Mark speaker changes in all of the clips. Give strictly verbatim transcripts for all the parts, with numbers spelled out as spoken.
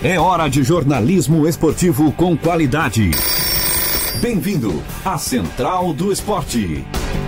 Speaker 1: É hora de jornalismo esportivo com qualidade. Bem-vindo à Central do Esporte.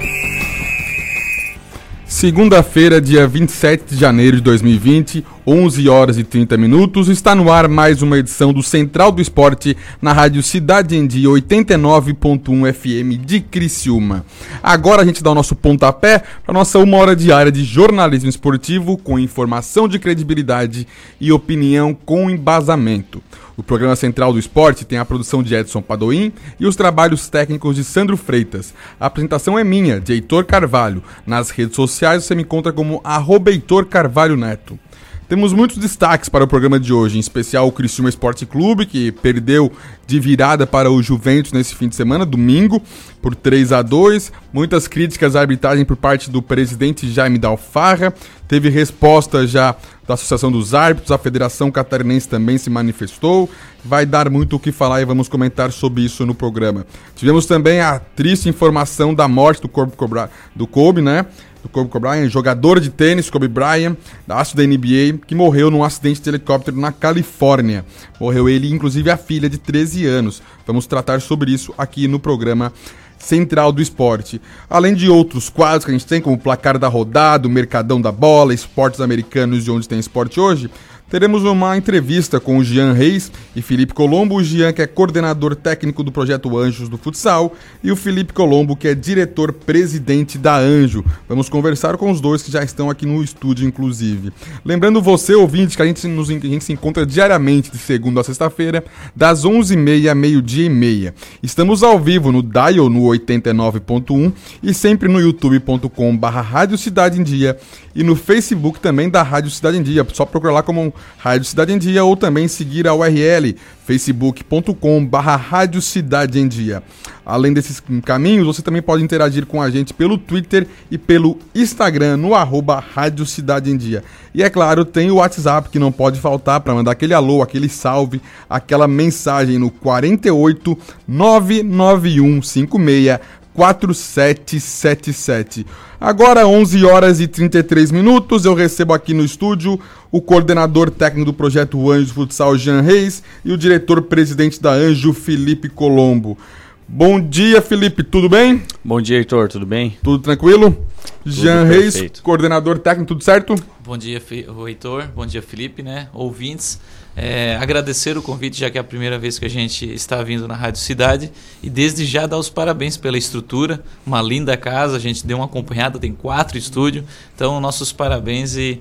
Speaker 2: Segunda-feira, dia vinte e sete de janeiro de dois mil e vinte, onze horas e trinta minutos, está no ar mais uma edição do Central do Esporte na Rádio Cidade em Dia oitenta e nove ponto um F M de Criciúma. Agora a gente dá o nosso pontapé para a nossa uma hora diária de jornalismo esportivo com informação de credibilidade e opinião com embasamento. O programa Central do Esporte tem a produção de Edson Padoim e os trabalhos técnicos de Sandro Freitas. A apresentação é minha, de Heitor Carvalho. Nas redes sociais você me encontra como arroba Heitor Carvalho Neto. Temos muitos destaques para o programa de hoje, em especial o Criciúma Esporte Clube, que perdeu de virada para o Juventus nesse fim de semana, domingo, por três a dois. Muitas críticas à arbitragem por parte do presidente Jaime Dalfarra. Teve resposta já da Associação dos Árbitros, a Federação Catarinense também se manifestou. Vai dar muito o que falar e vamos comentar sobre isso no programa. Tivemos também a triste informação da morte do Kobe, do Kobe, né? do Kobe Bryant, jogador de tênis, Kobe Bryant, da aço da N B A, que morreu num acidente de helicóptero na Califórnia. Morreu ele, inclusive a filha de treze anos. Vamos tratar sobre isso aqui no programa Central do Esporte. Além de outros quadros que a gente tem, como o Placar da Rodada, o Mercadão da Bola, Esportes Americanos de Onde Tem Esporte Hoje, teremos uma entrevista com o Jean Reis e Felipe Colombo. O Jean, que é coordenador técnico do Projeto Anjos do Futsal, e o Felipe Colombo, que é diretor-presidente da Anjo. Vamos conversar com os dois que já estão aqui no estúdio, inclusive. Lembrando você, ouvinte, que a gente, nos, a gente se encontra diariamente de segunda a sexta-feira, das onze e meia a meio-dia e meia. Estamos ao vivo no Dial, no oitenta e nove ponto um, e sempre no youtube ponto com barra Rádio Cidade em Dia e no Facebook também da Rádio Cidade em Dia. Só procurar lá como Rádio Cidade em Dia ou também seguir a U R L facebook ponto com barra Rádio Cidade em Dia. Além desses caminhos, você também pode interagir com a gente pelo Twitter e pelo Instagram no arroba Rádio Cidade em Dia. E é claro, tem o WhatsApp que não pode faltar para mandar aquele alô, aquele salve, aquela mensagem no quatro oito nove nove um cinco seis quatro sete sete sete. Agora, onze horas e trinta e três minutos, eu recebo aqui no estúdio o coordenador técnico do Projeto Anjo Futsal, Jean Reis, e o diretor-presidente da Anjo, Felipe Colombo. Bom dia, Felipe, tudo bem?
Speaker 3: Bom dia, Heitor, tudo bem?
Speaker 2: Tudo tranquilo? Tudo Jean Reis,
Speaker 3: perfeito.
Speaker 2: Coordenador técnico, tudo certo?
Speaker 4: Bom dia, Heitor, bom dia, Felipe, né? Ouvintes. É, agradecer o convite, já que é a primeira vez que a gente está vindo na Rádio Cidade, e desde já dar os parabéns pela estrutura, uma linda casa, a gente deu uma acompanhada, tem quatro estúdios, então nossos parabéns e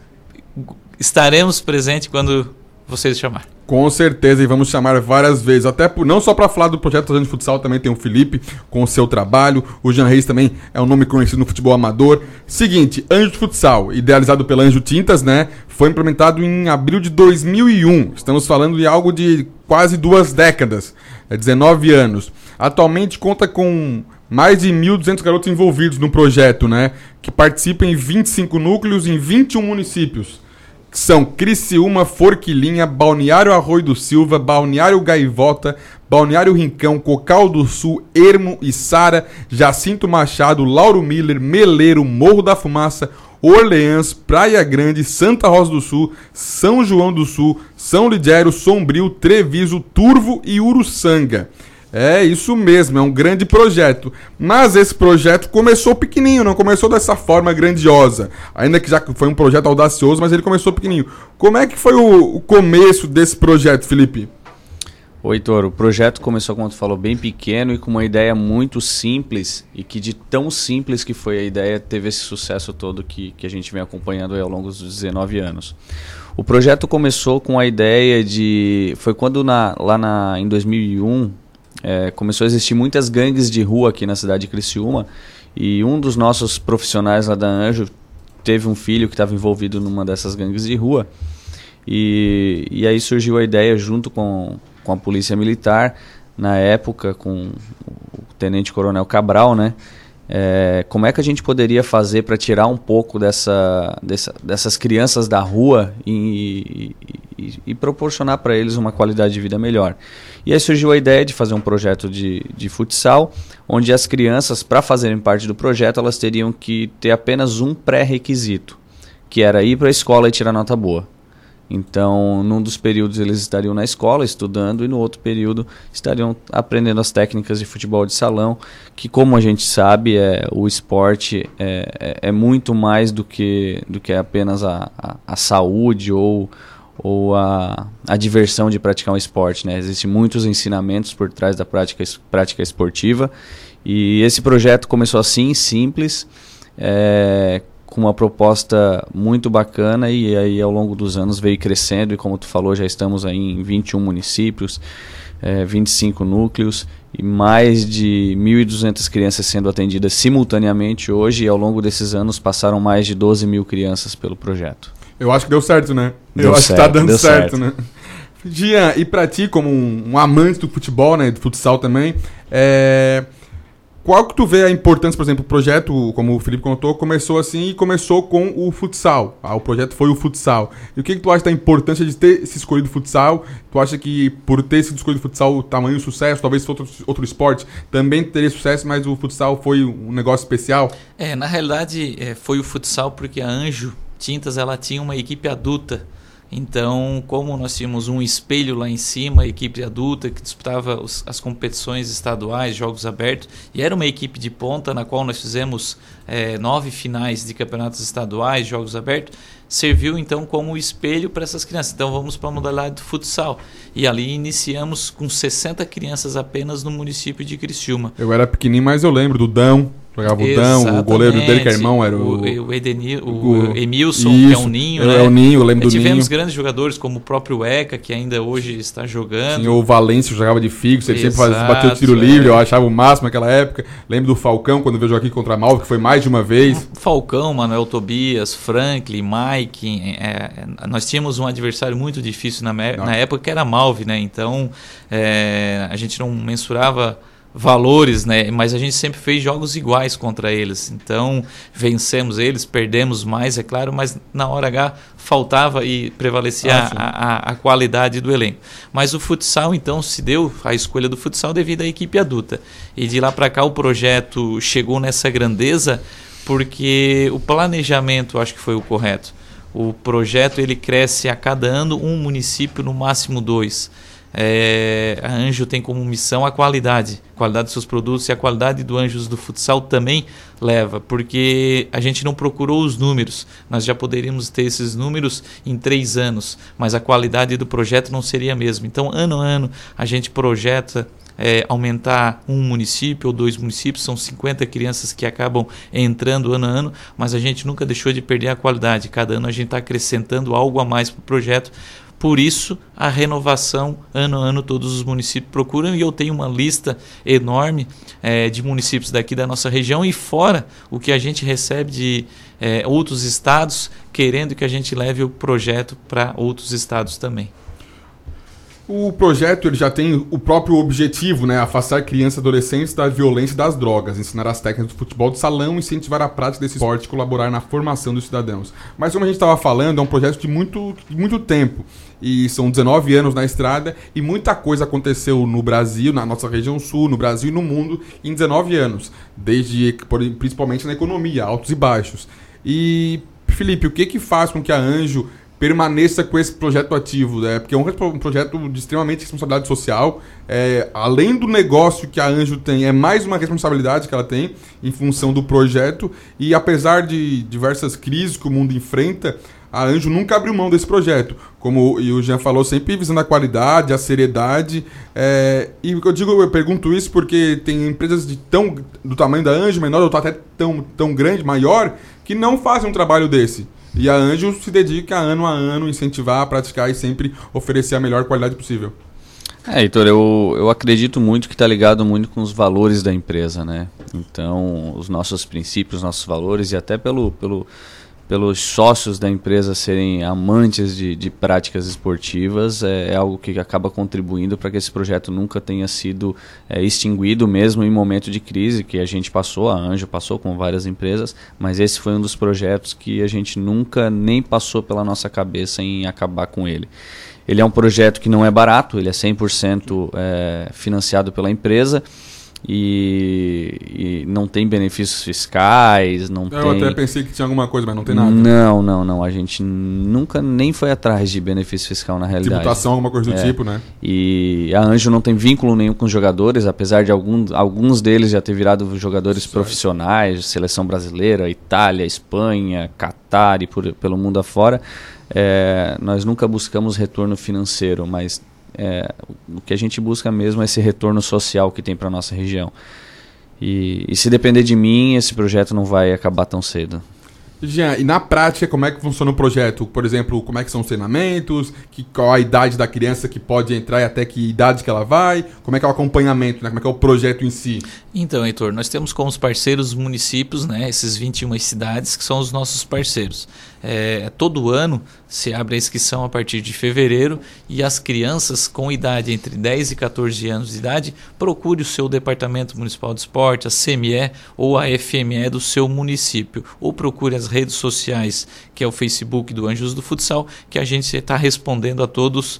Speaker 4: estaremos presentes quando vocês chamarem.
Speaker 2: Com certeza, e vamos chamar várias vezes, até por, não só para falar do Projeto Anjo Futsal, também tem o Felipe com o seu trabalho, o Jean Reis também é um nome conhecido no futebol amador. Seguinte, Anjo Futsal, idealizado pela Anjo Tintas, né, foi implementado em abril de dois mil e um, estamos falando de algo de quase duas décadas, é dezenove anos. Atualmente conta com mais de mil e duzentos garotos envolvidos no projeto, né, que participam em vinte e cinco núcleos em vinte e um municípios. São Criciúma, Forquilinha, Balneário Arroio do Silva, Balneário Gaivota, Balneário Rincão, Cocal do Sul, Ermo, Içara, Jacinto Machado, Lauro Miller, Meleiro, Morro da Fumaça, Orleans, Praia Grande, Santa Rosa do Sul, São João do Sul, São Lidério, Sombrio, Treviso, Turvo e Uruçanga. É isso mesmo, é um grande projeto. Mas esse projeto começou pequenininho, não começou dessa forma grandiosa. Ainda que já foi um projeto audacioso, mas ele começou pequenininho. Como é que foi o, o começo desse projeto, Felipe?
Speaker 3: Oi, Heitor, o projeto começou, como tu falou, bem pequeno e com uma ideia muito simples, e que de tão simples que foi a ideia, teve esse sucesso todo que, que a gente vem acompanhando aí ao longo dos dezenove anos. O projeto começou com a ideia de... Foi quando na, lá na, em dois mil e um... É, começou a existir muitas gangues de rua aqui na cidade de Criciúma, e um dos nossos profissionais lá da Anjo teve um filho que estava envolvido numa dessas gangues de rua, e, e aí surgiu a ideia junto com, com a polícia militar, na época com o tenente coronel Cabral, né? É, como é que a gente poderia fazer para tirar um pouco dessa, dessa, dessas crianças da rua e, e, e proporcionar para eles uma qualidade de vida melhor. E aí surgiu a ideia de fazer um projeto de, de futsal, onde as crianças, para fazerem parte do projeto, elas teriam que ter apenas um pré-requisito, que era ir para a escola e tirar nota boa. Então, num dos períodos eles estariam na escola estudando e no outro período estariam aprendendo as técnicas de futebol de salão, que, como a gente sabe, é, o esporte é, é, é muito mais do que, do que apenas a, a, a saúde ou, ou a, a diversão de praticar um esporte, né? Existem muitos ensinamentos por trás da prática, prática esportiva, e esse projeto começou assim, simples, é, com uma proposta muito bacana, e aí ao longo dos anos veio crescendo, e como tu falou, já estamos aí em vinte e um municípios, é, vinte e cinco núcleos, e mais de mil e duzentas crianças sendo atendidas simultaneamente hoje, e ao longo desses anos passaram mais de doze mil crianças pelo projeto.
Speaker 2: Eu acho que deu certo, né?
Speaker 3: Deu
Speaker 2: Eu acho
Speaker 3: certo,
Speaker 2: que tá dando
Speaker 3: certo.
Speaker 2: certo, né? Jean, e pra ti, como um, um amante do futebol, né, do futsal também, é... qual que tu vê a importância, por exemplo, o projeto, como o Felipe contou, começou assim e começou com o futsal. Ah, o projeto foi o futsal. E o que, que tu acha da importância de ter se escolhido o futsal? Tu acha que por ter sido escolhido o futsal, o tamanho do sucesso, talvez outro, outro esporte também teria sucesso, mas o futsal foi um negócio especial?
Speaker 4: É, na realidade, é, foi o futsal porque a Anjo Tintas ela tinha uma equipe adulta. Então, como nós tínhamos um espelho lá em cima, a equipe adulta que disputava os, as competições estaduais, jogos abertos, e era uma equipe de ponta na qual nós fizemos é, nove finais de campeonatos estaduais, jogos abertos, serviu então como espelho para essas crianças. Então vamos para a modalidade do futsal. E ali iniciamos com sessenta crianças apenas no município de Criciúma.
Speaker 2: Eu era pequenininho, mas eu lembro do Dão. Jogava o Dão, o goleiro dele, que é irmão, era o...
Speaker 4: O, o, Edenil, o,
Speaker 2: o
Speaker 4: Emilson,
Speaker 2: isso,
Speaker 4: que é um Ninho, né?
Speaker 2: É o Ninho, eu lembro
Speaker 4: e
Speaker 2: do
Speaker 4: tivemos
Speaker 2: Ninho.
Speaker 4: grandes jogadores, como o próprio Eca, que ainda hoje está jogando.
Speaker 2: Tinha o Valêncio, jogava de fixo, ele
Speaker 4: Exato,
Speaker 2: sempre fazia, bateu tiro
Speaker 4: é.
Speaker 2: livre, eu achava o máximo naquela época. Lembro do Falcão, quando veio jogar aqui contra a Malva, que foi mais de uma vez.
Speaker 4: Falcão, Manuel Tobias, Franklin, Mike. É, é, nós tínhamos um adversário muito difícil na, me- na época, que era a Malve, né? Então, é, a gente não mensurava valores, né? Mas a gente sempre fez jogos iguais contra eles. Então, vencemos eles, perdemos mais, é claro, mas na hora H faltava e prevalecia
Speaker 2: Ah,
Speaker 4: a, a, a qualidade do elenco. Mas o futsal, então, se deu a escolha do futsal devido à equipe adulta. E de lá para cá o projeto chegou nessa grandeza porque o planejamento, acho que foi o correto. O projeto ele cresce a cada ano um município, no máximo dois. É, a Anjo tem como missão a qualidade, a qualidade dos seus produtos, e a qualidade do Anjos do futsal também leva, porque a gente não procurou os números. Nós já poderíamos ter esses números em três anos, mas a qualidade do projeto não seria a mesma. Então, ano a ano, a gente projeta É, aumentar um município ou dois municípios, são cinquenta crianças que acabam entrando ano a ano, mas a gente nunca deixou de perder a qualidade. Cada ano a gente está acrescentando algo a mais para o projeto. Por isso, a renovação, ano a ano, todos os municípios procuram, e eu tenho uma lista enorme é, de municípios daqui da nossa região, e fora o que a gente recebe de é, outros estados, querendo que a gente leve o projeto para outros estados também.
Speaker 2: O projeto ele já tem o próprio objetivo, né? Afastar crianças e adolescentes da violência e das drogas, ensinar as técnicas do futebol de salão, incentivar a prática desse esporte e colaborar na formação dos cidadãos. Mas como a gente estava falando, é um projeto de muito, de muito tempo. E são dezenove anos na estrada e muita coisa aconteceu no Brasil, na nossa região sul, no Brasil e no mundo em dezenove anos. Desde, principalmente na economia, altos e baixos. E, Felipe, o que que faz com que a Anjo permaneça com esse projeto ativo, né? Porque é um projeto de extremamente responsabilidade social. É, além do negócio que a Anjo tem, é mais uma responsabilidade que ela tem em função do projeto. E apesar de diversas crises que o mundo enfrenta, a Anjo nunca abriu mão desse projeto. Como o Jean falou, sempre visando a qualidade, a seriedade. É, e eu digo, eu pergunto isso porque tem empresas de tão, do tamanho da Anjo, menor, ou até tão, tão grande, maior, que não fazem um trabalho desse. E a Anjo se dedica ano a ano, incentivar, a praticar e sempre oferecer a melhor qualidade possível.
Speaker 3: É, Heitor, eu, eu acredito muito que está ligado muito com os valores da empresa, né? Então, os nossos princípios, os nossos valores, e até pelo, pelo, pelos sócios da empresa serem amantes de, de práticas esportivas, é, é algo que acaba contribuindo para que esse projeto nunca tenha sido é, extinguido, mesmo em momento de crise que a gente passou, a Anjo passou com várias empresas, mas esse foi um dos projetos que a gente nunca nem passou pela nossa cabeça em acabar com ele. Ele é um projeto que não é barato, ele é cem por cento é, financiado pela empresa, e, e não tem benefícios fiscais, não
Speaker 2: Eu
Speaker 3: tem...
Speaker 2: Eu até pensei que tinha alguma coisa, mas não tem nada.
Speaker 3: Não, não, não. A gente nunca nem foi atrás de benefício fiscal na realidade.
Speaker 2: Tributação, alguma coisa do
Speaker 3: é.
Speaker 2: tipo, né?
Speaker 3: E a Anjo não tem vínculo nenhum com os jogadores, apesar de algum, alguns deles já ter virado jogadores certo. profissionais, seleção brasileira, Itália, Espanha, Catar e por, pelo mundo afora. É, nós nunca buscamos retorno financeiro, mas é, o que a gente busca mesmo é esse retorno social que tem para a nossa região. E, e se depender de mim, esse projeto não vai acabar tão cedo.
Speaker 2: Jean, e na prática, como é que funciona o projeto? Por exemplo, como é que são os treinamentos? Que, qual a idade da criança que pode entrar e até que idade que ela vai? Como é que é o acompanhamento, né? Como é que é o projeto em si?
Speaker 4: Então, Heitor, nós temos como parceiros municípios, né, esses vinte e uma cidades que são os nossos parceiros. É, todo ano se abre a inscrição a partir de fevereiro e as crianças com idade entre dez e quatorze anos de idade, procure o seu Departamento Municipal de Esporte, a C M E ou a F M E do seu município, ou procure as redes sociais, que é o Facebook do Anjos do Futsal, que a gente está respondendo a todos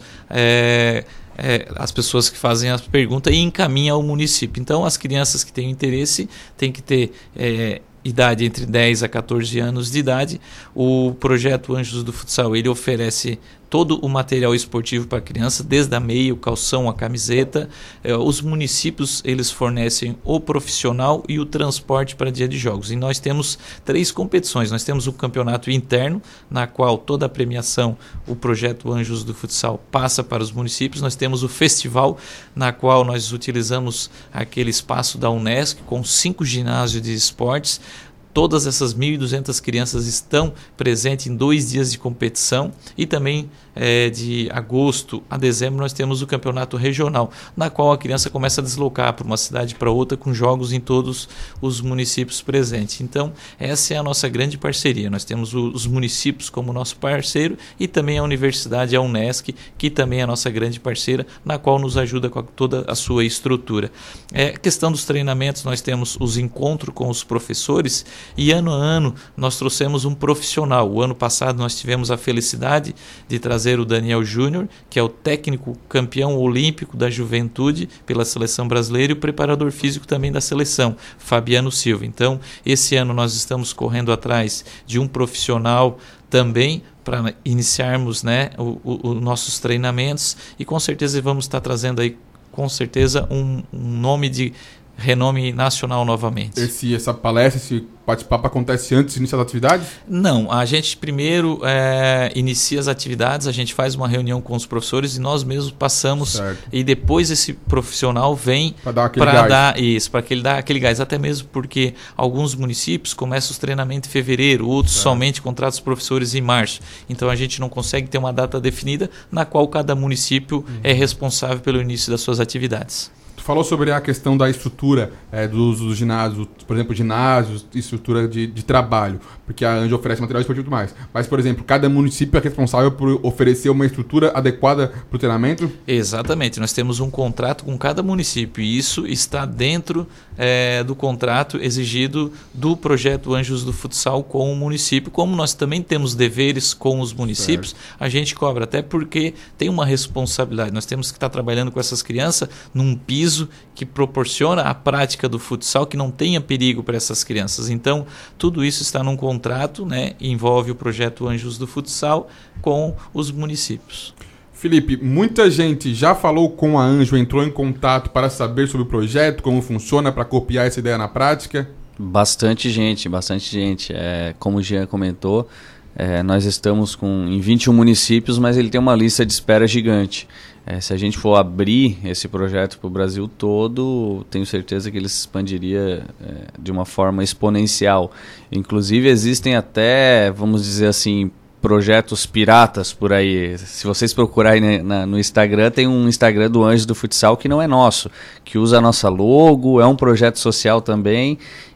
Speaker 4: é, é, as pessoas que fazem as perguntas e encaminha ao município. Então, as crianças que têm interesse têm que ter é, idade entre dez a quatorze anos de idade. O projeto Anjos do Futsal, ele oferece todo o material esportivo para a criança, desde a meia, o calção, a camiseta. Eh, os municípios, eles fornecem o profissional e o transporte para dia de jogos. E nós temos três competições. Nós temos o campeonato interno, na qual toda a premiação, o projeto Anjos do Futsal passa para os municípios. Nós temos o festival, na qual nós utilizamos aquele espaço da Unesc, com cinco ginásios de esportes. Todas essas mil e duzentas crianças estão presentes em dois dias de competição e também é, de agosto a dezembro nós temos o campeonato regional, na qual a criança começa a deslocar para uma cidade para outra com jogos em todos os municípios presentes. Então, essa é a nossa grande parceria. Nós temos o, os municípios como nosso parceiro e também a universidade, a Unesc, que também é a nossa grande parceira, na qual nos ajuda com a, toda a sua estrutura. É, questão dos treinamentos, nós temos os encontros com os professores. E ano a ano nós trouxemos um profissional. O ano passado nós tivemos a felicidade de trazer o Daniel Júnior, que é o técnico campeão olímpico da juventude pela seleção brasileira, e o preparador físico também da seleção, Fabiano Silva. Então, esse ano nós estamos correndo atrás de um profissional também para iniciarmos, né, os nossos treinamentos, e com certeza vamos estar trazendo aí, com certeza, um, um nome de renome nacional novamente.
Speaker 2: Esse, essa palestra, esse bate-papo acontece antes de iniciar as atividades?
Speaker 4: Não, a gente primeiro é, inicia as atividades, a gente faz uma reunião com os professores e nós mesmos passamos, certo. E depois esse profissional vem
Speaker 2: para dar aquele
Speaker 4: pra
Speaker 2: gás.
Speaker 4: Dar, isso, para que ele dê aquele gás, até mesmo porque alguns municípios começam os treinamentos em fevereiro, outros certo. Somente contratam os professores em março. Então a gente não consegue ter uma data definida na qual cada município uhum. é responsável pelo início das suas atividades.
Speaker 2: Tu falou sobre a questão da estrutura é, dos, dos ginásios, por exemplo, ginásios, estrutura de, de trabalho, porque a Anjo oferece material esportivo e tudo mais. Mas, por exemplo, cada município é responsável por oferecer uma estrutura adequada para o treinamento?
Speaker 4: Exatamente. Nós temos um contrato com cada município e isso está dentro é, do contrato exigido do projeto Anjos do Futsal com o município. Como nós também temos deveres com os municípios, certo. A gente cobra, até porque tem uma responsabilidade. Nós temos que estar trabalhando com essas crianças num piso que proporciona a prática do futsal, que não tenha perigo para essas crianças. Então, tudo isso está num contrato, né, envolve o projeto Anjos do Futsal com os municípios.
Speaker 2: Felipe, muita gente já falou com a Anjo, entrou em contato para saber sobre o projeto, como funciona, para copiar essa ideia na prática?
Speaker 3: Bastante gente, bastante gente. É, como o Jean comentou, é, nós estamos com, em vinte e um municípios, mas ele tem uma lista de espera gigante. É, se a gente for abrir esse projeto para o Brasil todo, tenho certeza que ele se expandiria é, de uma forma exponencial. Inclusive existem até, vamos dizer assim, projetos piratas por aí. Se vocês procurarem na, no Instagram, tem um Instagram do Anjos do Futsal que não é nosso, que usa a nossa logo, é um projeto social também,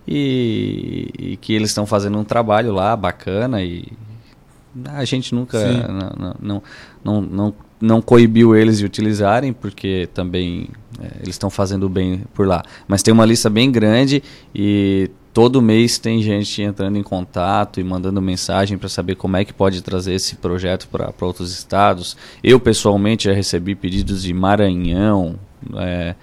Speaker 3: e, e que eles estão fazendo um trabalho lá bacana, e a gente nunca não, não, não, não, não coibiu eles de utilizarem, porque também é, eles estão fazendo bem por lá. Mas tem uma lista bem grande e todo mês tem gente entrando em contato e mandando mensagem para saber como é que pode trazer esse projeto para outros estados. Eu, pessoalmente, já recebi pedidos de Maranhão, é,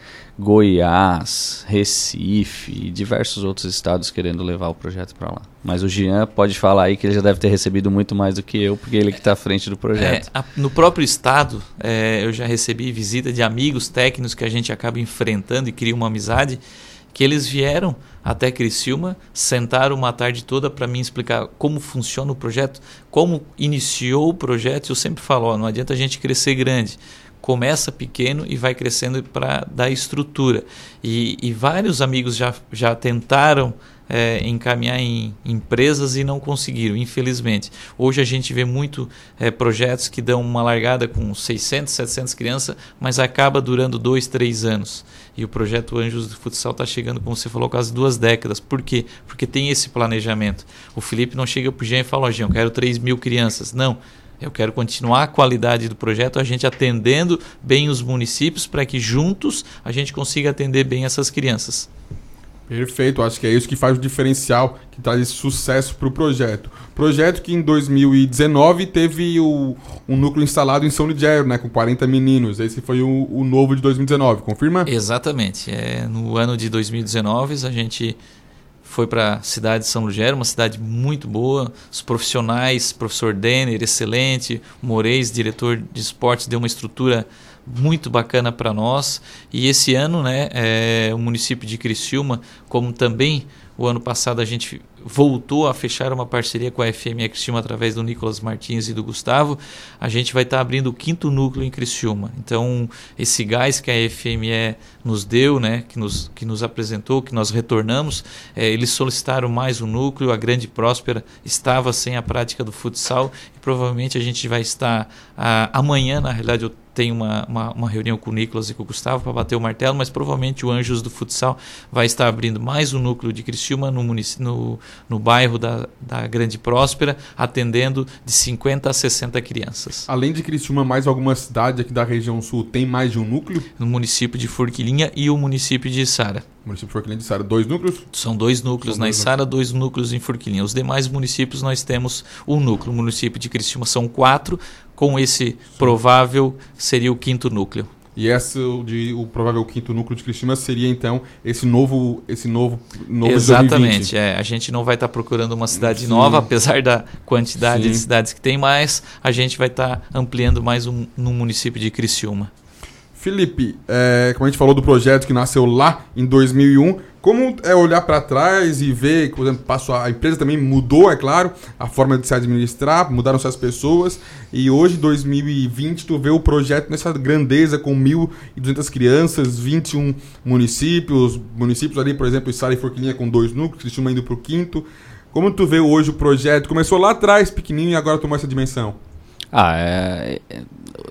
Speaker 3: Goiás, Recife e diversos outros estados querendo levar o projeto para lá. Mas o Jean pode falar aí que ele já deve ter recebido muito mais do que eu, porque ele que está à frente do projeto.
Speaker 4: É, a, no próprio estado, é, eu já recebi visita de amigos técnicos que a gente acaba enfrentando e cria uma amizade, que eles vieram até Criciúma, sentaram uma tarde toda para mim explicar como funciona o projeto, como iniciou o projeto. Eu sempre falo, ó, não adianta a gente crescer grande. Começa pequeno e vai crescendo para dar estrutura. E, e vários amigos já, já tentaram é, encaminhar em empresas e não conseguiram, infelizmente. Hoje a gente vê muito é, projetos que dão uma largada com seiscentas, setecentas crianças, mas acaba durando dois, três anos. E o projeto Anjos do Futsal está chegando, como você falou, quase duas décadas. Por quê? Porque tem esse planejamento. O Felipe não chega para o Jean e fala, ó, Jean, eu quero três mil crianças. Não. Eu quero continuar a qualidade do projeto, a gente atendendo bem os municípios para que juntos a gente consiga atender bem essas crianças.
Speaker 2: Perfeito, acho que é isso que faz o diferencial, que traz esse sucesso para o projeto. Projeto que em dois mil e dezenove teve o, um núcleo instalado em São Ligério, né, com quarenta meninos. Esse foi o, o novo de dois mil e dezenove, confirma?
Speaker 4: Exatamente. É, no ano de dois mil e dezenove a gente foi para a cidade de São Ligério, uma cidade muito boa, os profissionais, professor Denner, excelente, o Moreis, diretor de esportes, deu uma estrutura muito bacana para nós. E esse ano, né, é, o município de Criciúma, como também o ano passado a gente voltou a fechar uma parceria com a F M E Criciúma através do Nicolas Martins e do Gustavo, a gente vai estar tá abrindo o quinto núcleo em Criciúma. Então, esse gás que a F M E nos deu, né, que, nos, que nos apresentou, que nós retornamos, é, eles solicitaram mais um núcleo, a Grande Próspera estava sem a prática do futsal e provavelmente a gente vai estar ah, amanhã, na realidade eu tenho uma, uma, uma reunião com o Nicolas e com o Gustavo para bater o martelo, mas provavelmente o Anjos do Futsal vai estar abrindo mais um núcleo de Criciúma no, no, no bairro da, da Grande Próspera, atendendo de cinquenta a sessenta crianças.
Speaker 2: Além de Criciúma, mais alguma cidade aqui da região sul tem mais de um núcleo?
Speaker 4: No município de Forquilinha e o município de Içara.
Speaker 2: Município de Forquilinha de Içara, dois núcleos?
Speaker 4: São dois núcleos São na Içara, dois núcleos em Forquilinha. Os demais municípios nós temos um núcleo. O município de Criciúma são quatro, com esse Sim. provável seria o quinto núcleo.
Speaker 2: E esse, de, o provável quinto núcleo de Criciúma seria, então, esse novo, esse novo, novo
Speaker 4: Exatamente. É, a gente não vai estar tá procurando uma cidade Sim. nova, apesar da quantidade Sim. de cidades que tem, mas a gente vai estar tá ampliando mais um no município de Criciúma.
Speaker 2: Felipe, é, como a gente falou do projeto que nasceu lá em dois mil e um, como é olhar para trás e ver, por exemplo, passo a empresa também mudou, é claro, a forma de se administrar, mudaram-se as pessoas, e hoje, dois mil e vinte, tu vê o projeto nessa grandeza com mil e duzentas crianças, vinte e um municípios, municípios ali, por exemplo, Içara e Forquilinha com dois núcleos, Criciúma indo para o quinto. Como tu vê hoje o projeto? Começou lá atrás, pequenininho, e agora tomou essa dimensão?
Speaker 3: Ah, é, é,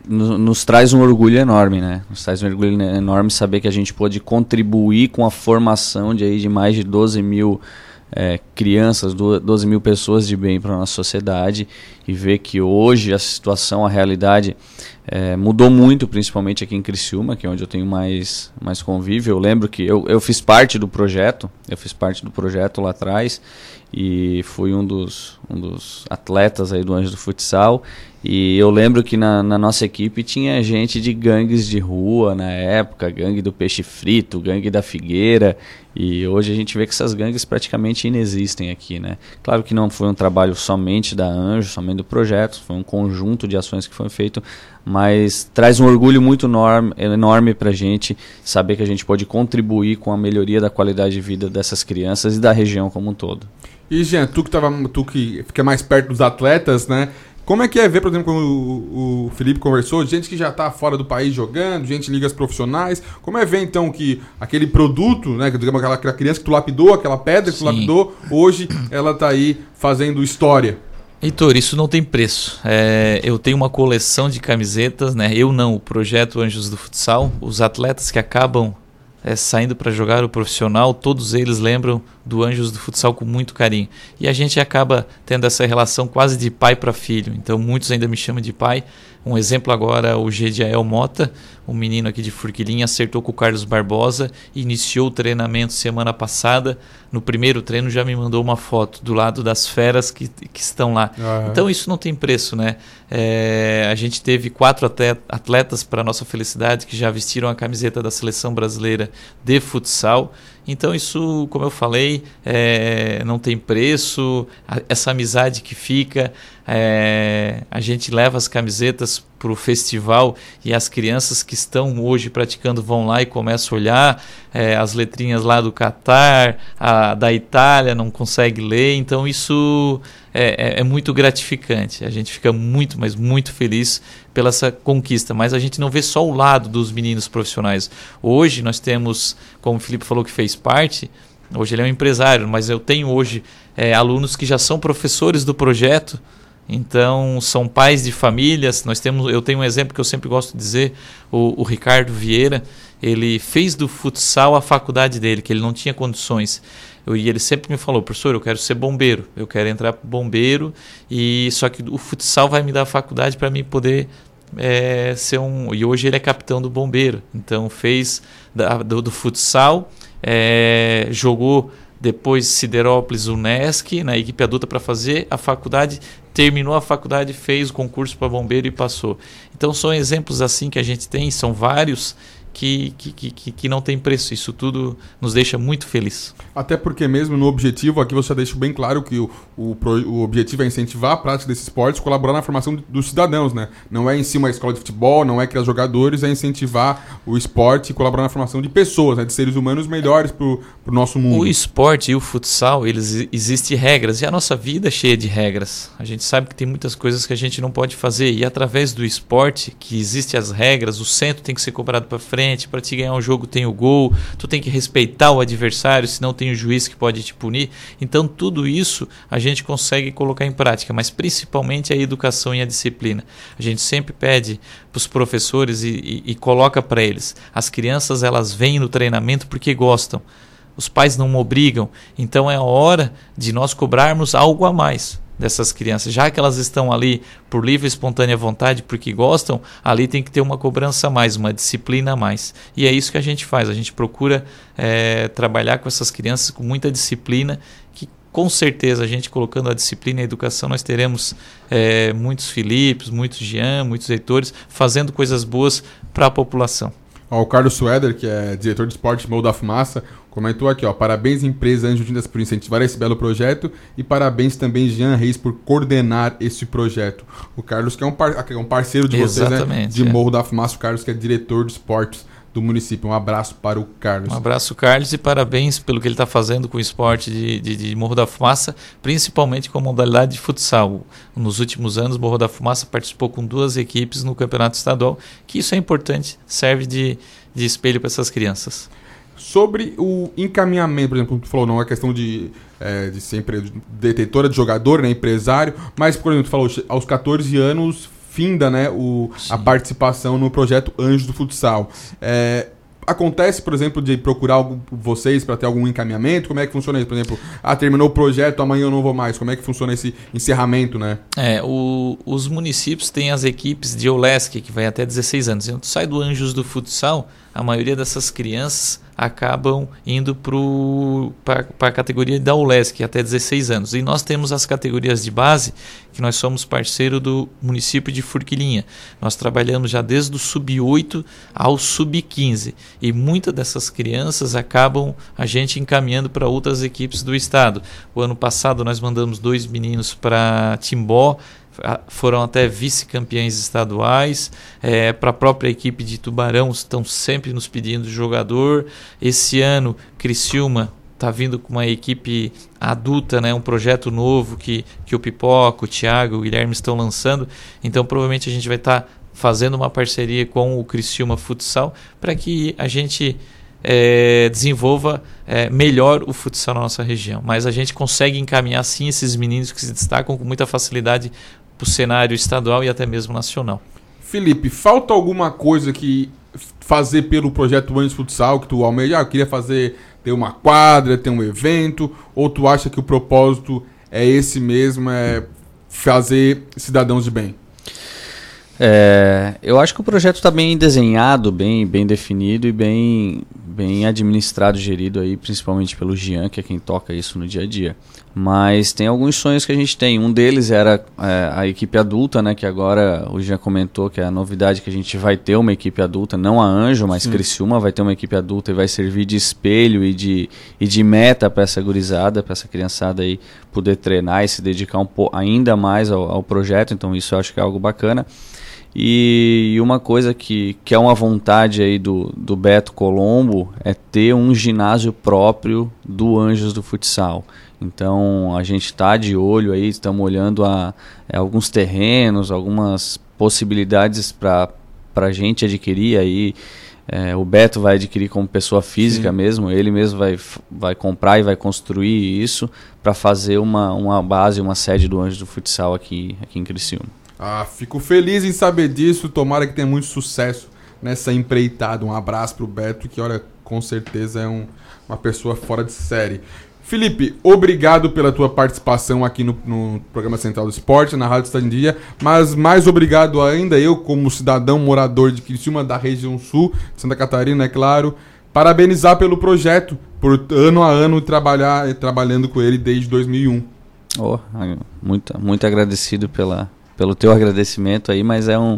Speaker 3: nos traz um orgulho enorme, né? Nos traz um orgulho enorme saber que a gente pôde contribuir com a formação de, aí, de mais de doze mil é, crianças, doze mil pessoas de bem para a nossa sociedade, e ver que hoje a situação, a realidade é, mudou muito, principalmente aqui em Criciúma, que é onde eu tenho mais, mais convívio. Eu lembro que eu, eu fiz parte do projeto, eu fiz parte do projeto lá atrás, e fui um dos, um dos atletas aí do Anjos do Futsal. E eu lembro que na, na nossa equipe tinha gente de gangues de rua na época, gangue do Peixe Frito, gangue da Figueira, e hoje a gente vê que essas gangues praticamente inexistem aqui, né? Claro que não foi um trabalho somente da Anjo, somente do projeto, foi um conjunto de ações que foi feito, mas traz um orgulho muito enorme, enorme pra gente saber que a gente pode contribuir com a melhoria da qualidade de vida dessas crianças e da região como um todo.
Speaker 2: E, Jean, tu que, tava, tu que fica mais perto dos atletas, né? Como é que é ver, por exemplo, como o, o Felipe conversou, gente que já está fora do país jogando, gente em ligas profissionais. Como é ver, então, que aquele produto, né, digamos, aquela, aquela criança que tu lapidou, aquela pedra que tu Sim. lapidou, hoje ela está aí fazendo história?
Speaker 4: Heitor, isso não tem preço. É, eu tenho uma coleção de camisetas, né? Eu não, o projeto Anjos do Futsal, os atletas que acabam É, saindo para jogar o profissional, todos eles lembram do Anjos do Futsal com muito carinho. E a gente acaba tendo essa relação quase de pai para filho. Então muitos ainda me chamam de pai. Um exemplo agora, o Gediael Mota, um menino aqui de Forquilinha, acertou com o Carlos Barbosa, iniciou o treinamento semana passada. No primeiro treino já me mandou uma foto do lado das feras que, que estão lá. Uhum. Então isso não tem preço, né? É, a gente teve quatro atletas, para nossa felicidade, que já vestiram a camiseta da Seleção Brasileira de futsal. Então isso, como eu falei, é, não tem preço, essa amizade que fica, é, a gente leva as camisetas para o festival e as crianças que estão hoje praticando vão lá e começam a olhar é, as letrinhas lá do Catar, a, da Itália, não consegue ler, então isso é, é, é muito gratificante, a gente fica muito, mas muito feliz pela essa conquista, mas a gente não vê só o lado dos meninos profissionais. Hoje nós temos, como o Felipe falou que fez parte, hoje ele é um empresário, mas eu tenho hoje é, alunos que já são professores do projeto. Então, são pais de famílias. Nós temos, eu tenho um exemplo que eu sempre gosto de dizer, o, o Ricardo Vieira, ele fez do futsal a faculdade dele, que ele não tinha condições. Eu, e ele sempre me falou, professor, eu quero ser bombeiro, eu quero entrar para bombeiro, e só que o futsal vai me dar a faculdade para mim poder é, ser um... E hoje ele é capitão do bombeiro. Então, fez da, do, do futsal, é, jogou... Depois Siderópolis, Unesc, na equipe adulta para fazer a faculdade, terminou a faculdade, fez o concurso para bombeiro e passou. Então são exemplos assim que a gente tem, são vários que, que, que, que não tem preço. Isso tudo nos deixa muito feliz.
Speaker 2: Até porque mesmo no objetivo, aqui você já deixa bem claro que o, o, o objetivo é incentivar a prática desses esportes, colaborar na formação dos cidadãos, né? Não é em si uma escola de futebol, não é criar jogadores, é incentivar o esporte e colaborar na formação de pessoas, né? De seres humanos melhores para o nosso mundo.
Speaker 4: O esporte e o futsal, eles existem regras, e a nossa vida é cheia de regras. A gente sabe que tem muitas coisas que a gente não pode fazer, e através do esporte, que existem as regras, o centro tem que ser cobrado para frente, para te ganhar um jogo tem o gol, tu tem que respeitar o adversário, senão tem o juiz que pode te punir. Então tudo isso a gente consegue colocar em prática, mas principalmente a educação e a disciplina. A gente sempre pede para os professores e, e, e coloca para eles. As crianças, elas vêm no treinamento porque gostam. Os pais não obrigam, então é a hora de nós cobrarmos algo a mais dessas crianças. Já que elas estão ali por livre e espontânea vontade, porque gostam, ali tem que ter uma cobrança a mais, uma disciplina a mais. E é isso que a gente faz, a gente procura é, trabalhar com essas crianças com muita disciplina, que com certeza a gente colocando a disciplina e a educação, nós teremos é, muitos Filipes, muitos Jean, muitos Heitores, fazendo coisas boas para a população.
Speaker 2: Ó, o Carlos Sueder, que é diretor de esporte Morro da Fumaça, comentou aqui, ó, parabéns empresa Anjo Tintas por incentivar esse belo projeto e parabéns também Jean Reis por coordenar esse projeto. O Carlos que é um, par é um parceiro de vocês, né, de Morro é. da Fumaça, o Carlos que é diretor de esportes do município. Um abraço para o Carlos.
Speaker 4: Um abraço, Carlos, e parabéns pelo que ele está fazendo com o esporte de, de, de Morro da Fumaça, principalmente com a modalidade de futsal. Nos últimos anos, Morro da Fumaça participou com duas equipes no campeonato estadual, que isso é importante, serve de, de espelho para essas crianças.
Speaker 2: Sobre o encaminhamento, por exemplo, tu falou, não é questão de, é, de ser detetora de jogador, né, empresário, mas, por exemplo, tu falou, aos catorze anos finda, né, o, a participação no projeto Anjos do Futsal. É, acontece, por exemplo, de procurar algum, vocês para ter algum encaminhamento? Como é que funciona isso? Por exemplo, ah, terminou o projeto, amanhã eu não vou mais. Como é que funciona esse encerramento, né?
Speaker 4: É, o, os municípios têm as equipes de OLESC, que vai até dezesseis anos. Então, sai do Anjos do Futsal, a maioria dessas crianças acabam indo para a categoria da OLESC, até dezesseis anos. E nós temos as categorias de base, que nós somos parceiro do município de Forquilinha. Nós trabalhamos já desde o sub oito ao sub quinze. E muitas dessas crianças acabam a gente encaminhando para outras equipes do estado. O ano passado nós mandamos dois meninos para Timbó, foram até vice-campeões estaduais, é, para a própria equipe de Tubarão, estão sempre nos pedindo jogador. Esse ano, Criciúma está vindo com uma equipe adulta, né, um projeto novo que, que o Pipoca, o Thiago, o Guilherme estão lançando, então provavelmente a gente vai estar tá fazendo uma parceria com o Criciúma Futsal para que a gente É, desenvolva é, melhor o futsal na nossa região, mas a gente consegue encaminhar sim esses meninos que se destacam com muita facilidade para o cenário estadual e até mesmo nacional.
Speaker 2: Felipe, falta alguma coisa que fazer pelo projeto Anjos Futsal que tu almeja? Ah, eu queria fazer, ter uma quadra, ter um evento, ou tu acha que o propósito é esse mesmo, é fazer cidadãos de bem?
Speaker 3: É, eu acho que o projeto está bem desenhado, bem, bem definido e bem, bem administrado, gerido aí, principalmente pelo Jean, que é quem toca isso no dia a dia. Mas tem alguns sonhos que a gente tem. Um deles era é, a equipe adulta, né, que agora o Jean comentou que é a novidade, que a gente vai ter uma equipe adulta, não a Anjo, mas Sim. Criciúma vai ter uma equipe adulta e vai servir de espelho e de, e de meta para essa gurizada, para essa criançada aí poder treinar e se dedicar um pouco ainda mais ao, ao projeto. Então isso eu acho que é algo bacana. E uma coisa que, que é uma vontade aí do, do Beto Colombo é ter um ginásio próprio do Anjos do Futsal. Então a gente está de olho aí, estamos olhando a, a alguns terrenos, algumas possibilidades para a gente adquirir aí. É, o Beto vai adquirir como pessoa física Sim. mesmo, ele mesmo vai, vai comprar e vai construir isso para fazer uma, uma base, uma sede do Anjos do Futsal aqui, aqui em Criciúma.
Speaker 2: Ah, fico feliz em saber disso, tomara que tenha muito sucesso nessa empreitada. Um abraço pro Beto, que olha, com certeza é um, uma pessoa fora de série. Felipe, obrigado pela tua participação aqui no, no programa Central do Esporte, na Rádio Cidade em Dia, mas mais obrigado ainda eu, como cidadão morador de Criciúma, da região sul, de Santa Catarina, é claro, parabenizar pelo projeto, por ano a ano trabalhar, trabalhando com ele desde dois mil e um.
Speaker 3: Oh, muito, muito agradecido pela... pelo teu agradecimento aí, mas é um,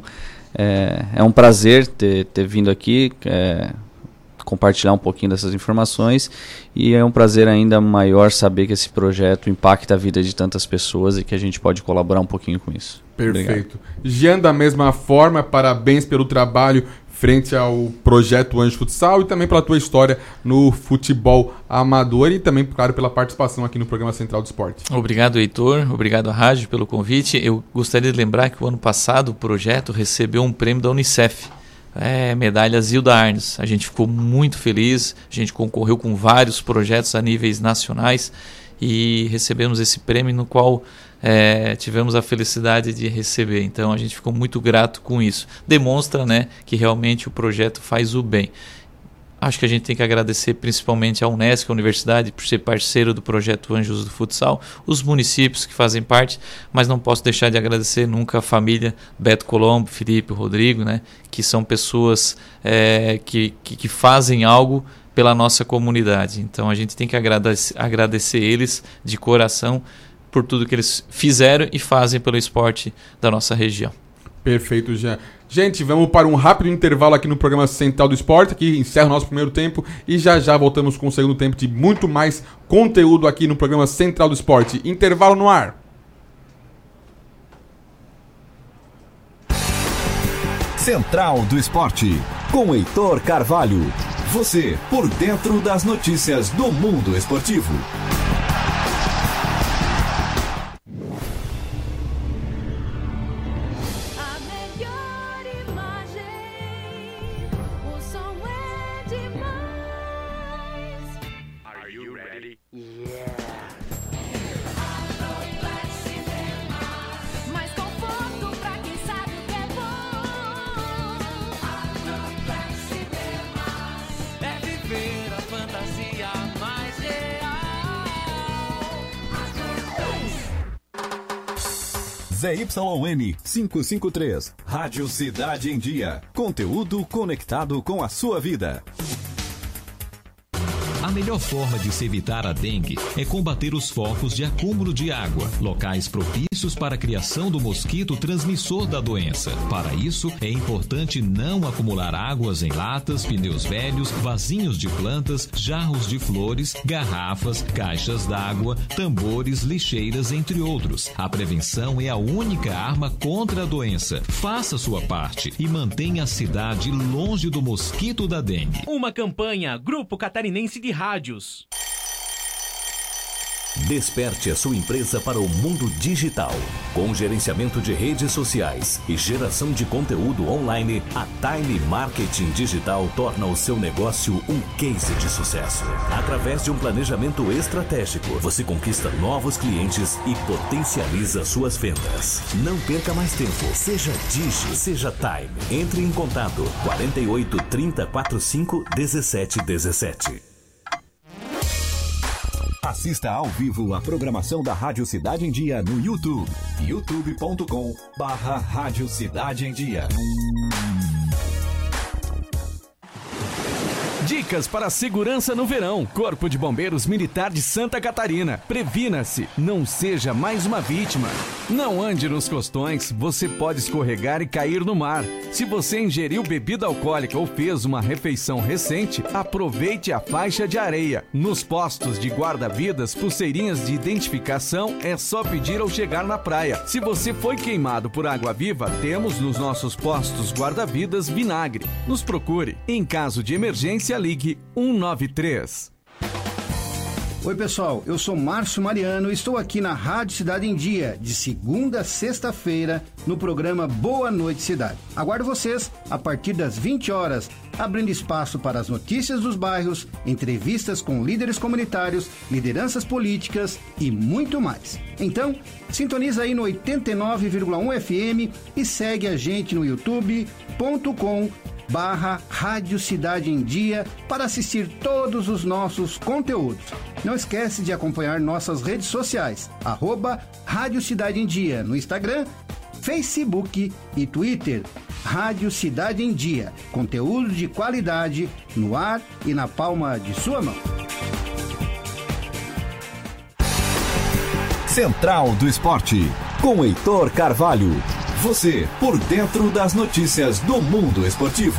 Speaker 3: é, é um prazer ter, ter vindo aqui, é, compartilhar um pouquinho dessas informações, e é um prazer ainda maior saber que esse projeto impacta a vida de tantas pessoas e que a gente pode colaborar um pouquinho com isso.
Speaker 2: Perfeito. Jean, da mesma forma, parabéns pelo trabalho frente ao projeto Anjo Futsal e também pela tua história no futebol amador e também, claro, pela participação aqui no programa Central do Esporte.
Speaker 4: Obrigado, Heitor. Obrigado à rádio pelo convite. Eu gostaria de lembrar que o ano passado o projeto recebeu um prêmio da Unicef, é, medalha Zilda Arnes. A gente ficou muito feliz, a gente concorreu com vários projetos a níveis nacionais e recebemos esse prêmio no qual é, tivemos a felicidade de receber. Então a gente ficou muito grato com isso. Demonstra, né, que realmente o projeto faz o bem. Acho que a gente tem que agradecer principalmente a Unesc, a Universidade, por ser parceiro do projeto Anjos do Futsal, os municípios que fazem parte, mas não posso deixar de agradecer nunca a família Beto Colombo, Felipe, Rodrigo, né, que são pessoas é, que, que, que fazem algo pela nossa comunidade. Então a gente tem que agradecer, agradecer eles de coração por tudo que eles fizeram e fazem pelo esporte da nossa região.
Speaker 2: Perfeito, Jean. Gente, vamos para um rápido intervalo aqui no programa Central do Esporte, que encerra o nosso primeiro tempo, e já já voltamos com o segundo tempo de muito mais conteúdo aqui no programa Central do Esporte. Intervalo no ar.
Speaker 1: Central do Esporte, com Heitor Carvalho. Você, por dentro das notícias do mundo esportivo. Z Y N quinhentos e cinquenta e três, Rádio Cidade em Dia. Conteúdo conectado com a sua vida.
Speaker 5: A melhor forma de se evitar a dengue é combater os focos de acúmulo de água, locais propícios para a criação do mosquito transmissor da doença. Para isso, é importante não acumular águas em latas, pneus velhos, vasinhos de plantas, jarros de flores, garrafas, caixas d'água, tambores, lixeiras, entre outros. A prevenção é a única arma contra a doença. Faça sua parte e mantenha a cidade longe do mosquito da dengue.
Speaker 6: Uma campanha Grupo Catarinense de Rádios.
Speaker 1: Desperte a sua empresa para o mundo digital. Com gerenciamento de redes sociais e geração de conteúdo online, a Time Marketing Digital torna o seu negócio um case de sucesso. Através de um planejamento estratégico, você conquista novos clientes e potencializa suas vendas. Não perca mais tempo. Seja Digi, seja Time. Entre em contato quarenta e oito, trinta, quarenta e cinco, dezessete dezessete. A Assista ao vivo a programação da Rádio Cidade em Dia no YouTube. youtube ponto com barra Rádio Cidade em Dia.
Speaker 7: Dicas para segurança no verão. Corpo de Bombeiros Militar de Santa Catarina. Previna-se, não seja mais uma vítima. Não ande nos costões, você pode escorregar e cair no mar. Se você ingeriu bebida alcoólica ou fez uma refeição recente, aproveite a faixa de areia. Nos postos de guarda-vidas, pulseirinhas de identificação é só pedir ao chegar na praia. Se você foi queimado por água-viva, temos nos nossos postos guarda-vidas vinagre. Nos procure. Em caso de emergência, ligue um nove três.
Speaker 8: Oi pessoal, eu sou Márcio Mariano e estou aqui na Rádio Cidade em Dia, de segunda a sexta-feira, no programa Boa Noite Cidade. Aguardo vocês a partir das vinte horas, abrindo espaço para as notícias dos bairros, entrevistas com líderes comunitários, lideranças políticas e muito mais. Então, sintoniza aí no oitenta e nove vírgula um F M e segue a gente no youtube ponto com barra Rádio Cidade em Dia para assistir todos os nossos conteúdos. Não esquece de acompanhar nossas redes sociais, arroba Rádio Cidade em Dia no Instagram, Facebook e Twitter. Rádio Cidade em Dia, conteúdo de qualidade no ar e na palma de sua mão.
Speaker 1: Central do Esporte, com Heitor Carvalho. Você, por dentro das notícias do mundo esportivo.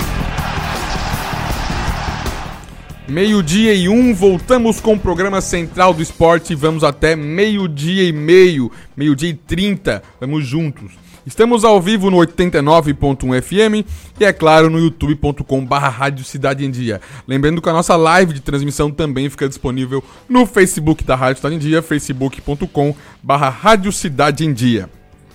Speaker 2: Meio-dia e um, voltamos com o programa Central do Esporte. Vamos até meio-dia e meio, meio-dia e trinta. Vamos juntos. Estamos ao vivo no oitenta e nove ponto um F M e, é claro, no youtube ponto com barra Rádio Cidade em Dia. Lembrando que a nossa live de transmissão também fica disponível no Facebook da Rádio Cidade em Dia, facebook ponto com barra Rádio Cidade em Dia.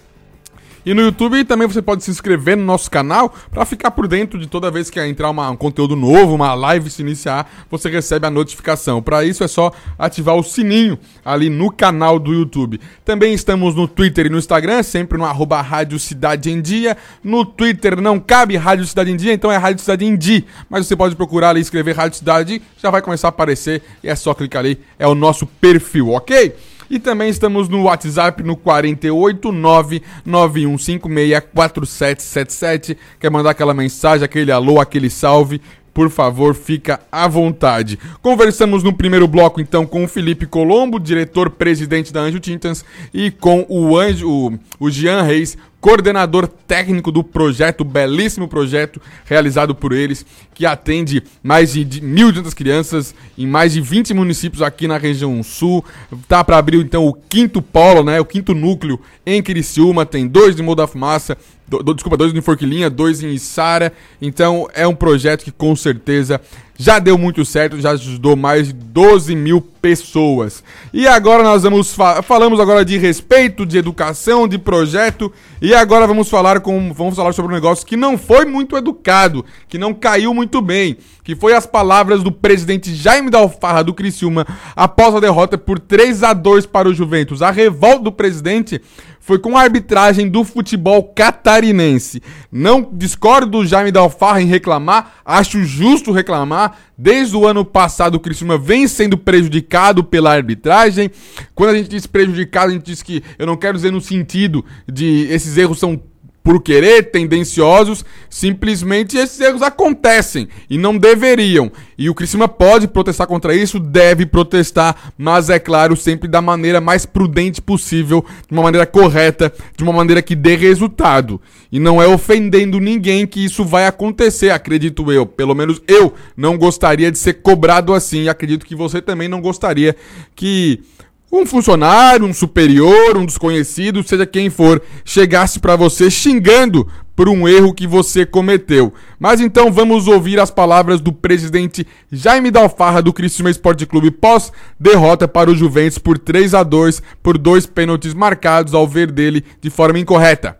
Speaker 2: E no YouTube também você pode se inscrever no nosso canal para ficar por dentro de toda vez que entrar uma, um conteúdo novo, uma live se iniciar, você recebe a notificação. Para isso é só ativar o sininho ali no canal do YouTube. Também estamos no Twitter e no Instagram, sempre no arroba Rádio Cidade em Dia. No Twitter não cabe Rádio Cidade em Dia, então é Rádio Cidade em Dia. Mas você pode procurar ali, escrever Rádio Cidade, já vai começar a aparecer e é só clicar ali, é o nosso perfil, ok? E também estamos no WhatsApp no quatro oito nove nove um cinco seis quatro sete sete sete. Quer mandar aquela mensagem, aquele alô, aquele salve? Por favor, fica à vontade. Conversamos no primeiro bloco, então, com o Felipe Colombo, diretor-presidente da Anjo Tintas, e com o, Anjo, o, o Jean Reis, coordenador técnico do projeto, belíssimo projeto realizado por eles, que atende mais de mil e duzentas crianças em mais de vinte municípios aqui na região sul. Tá para abrir, então, o quinto polo, né, o quinto núcleo em Criciúma, tem dois em Morro da Fumaça, do, do, desculpa, dois em Forquilinha, dois em Içara. Então, é um projeto que, com certeza, já deu muito certo, já ajudou mais de doze mil pessoas. E agora nós vamos fa- falamos agora de respeito, de educação, de projeto, e agora vamos falar com vamos falar sobre um negócio que não foi muito educado, que não caiu muito bem, que foi as palavras do presidente Jaime Dalfarra do Criciúma após a derrota por três a dois para o Juventus. A revolta do presidente foi com a arbitragem do futebol catarinense. Não discordo do Jaime Dalfarra em reclamar, acho justo reclamar. Desde o ano passado o Criciúma vem sendo prejudicado pela arbitragem. Quando a gente diz prejudicado, a gente diz que, eu não quero dizer no sentido de esses erros são por querer, tendenciosos, simplesmente esses erros acontecem e não deveriam. E o Criciúma pode protestar contra isso, deve protestar, mas é claro, sempre da maneira mais prudente possível, de uma maneira correta, de uma maneira que dê resultado. E não é ofendendo ninguém que isso vai acontecer, acredito eu. Pelo menos eu não gostaria de ser cobrado assim, e acredito que você também não gostaria que um funcionário, um superior, um desconhecido, seja quem for, chegasse para você xingando por um erro que você cometeu. Mas então vamos ouvir as palavras do presidente Jaime Dalfarra do Criciúma Esporte Clube pós derrota para o Juventus por três a dois, por dois pênaltis marcados ao ver dele de forma incorreta.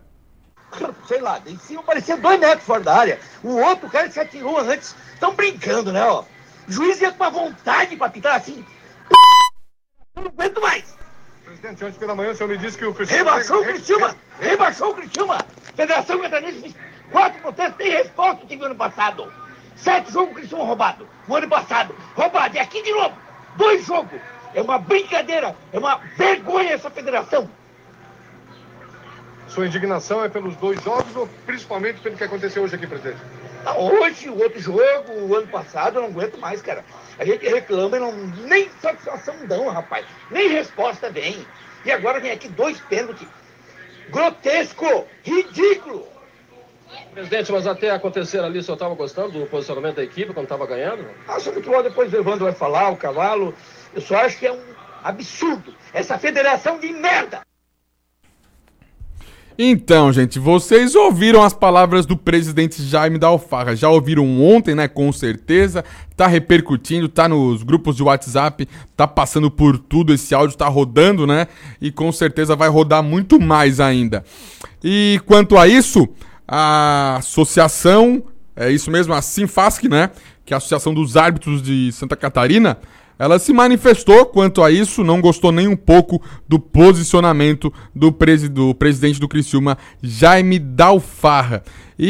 Speaker 9: Sei lá, em cima parecia dois metros fora da área. O outro cara se atirou antes. Estão brincando, né, ó. O juiz ia com uma vontade pra pitar assim. Eu não aguento mais.
Speaker 10: Presidente, ontem pela manhã o senhor me disse que o Criciúma...
Speaker 9: Rebaixou o Criciúma! Rebaixou o Criciúma! Federação Catarinense, quatro protestos, tem resposta que teve ano passado. Sete jogos o Criciúma roubado. O ano passado, roubado. E aqui de novo, dois jogos. É uma brincadeira, é uma vergonha essa federação.
Speaker 10: Sua indignação é pelos dois jogos ou principalmente pelo que aconteceu hoje aqui, presidente?
Speaker 9: Não, hoje, o outro jogo, o ano passado, eu não aguento mais, cara. A gente reclama e não, nem satisfação dão, rapaz. Nem resposta vem. E agora vem aqui dois pênaltis. Grotesco, ridículo.
Speaker 11: Presidente, mas até acontecer ali, o senhor estava gostando do posicionamento da equipe quando estava ganhando?
Speaker 9: Ah, sobre futebol, depois o Evandro vai falar, o Cavalo. Eu só acho que é um absurdo. Essa federação de merda.
Speaker 2: Então, gente, vocês ouviram as palavras do presidente Jaime da Alfarra. Já ouviram ontem, né? Com certeza. Tá repercutindo, tá nos grupos de WhatsApp, tá passando por tudo. Esse áudio tá rodando, né? E com certeza vai rodar muito mais ainda. E quanto a isso, a associação, é isso mesmo, a Sinfasc, né? Que é a Associação dos Árbitros de Santa Catarina, ela se manifestou quanto a isso, não gostou nem um pouco do posicionamento do, presi- do presidente do Criciúma, Jaime da Alfarra.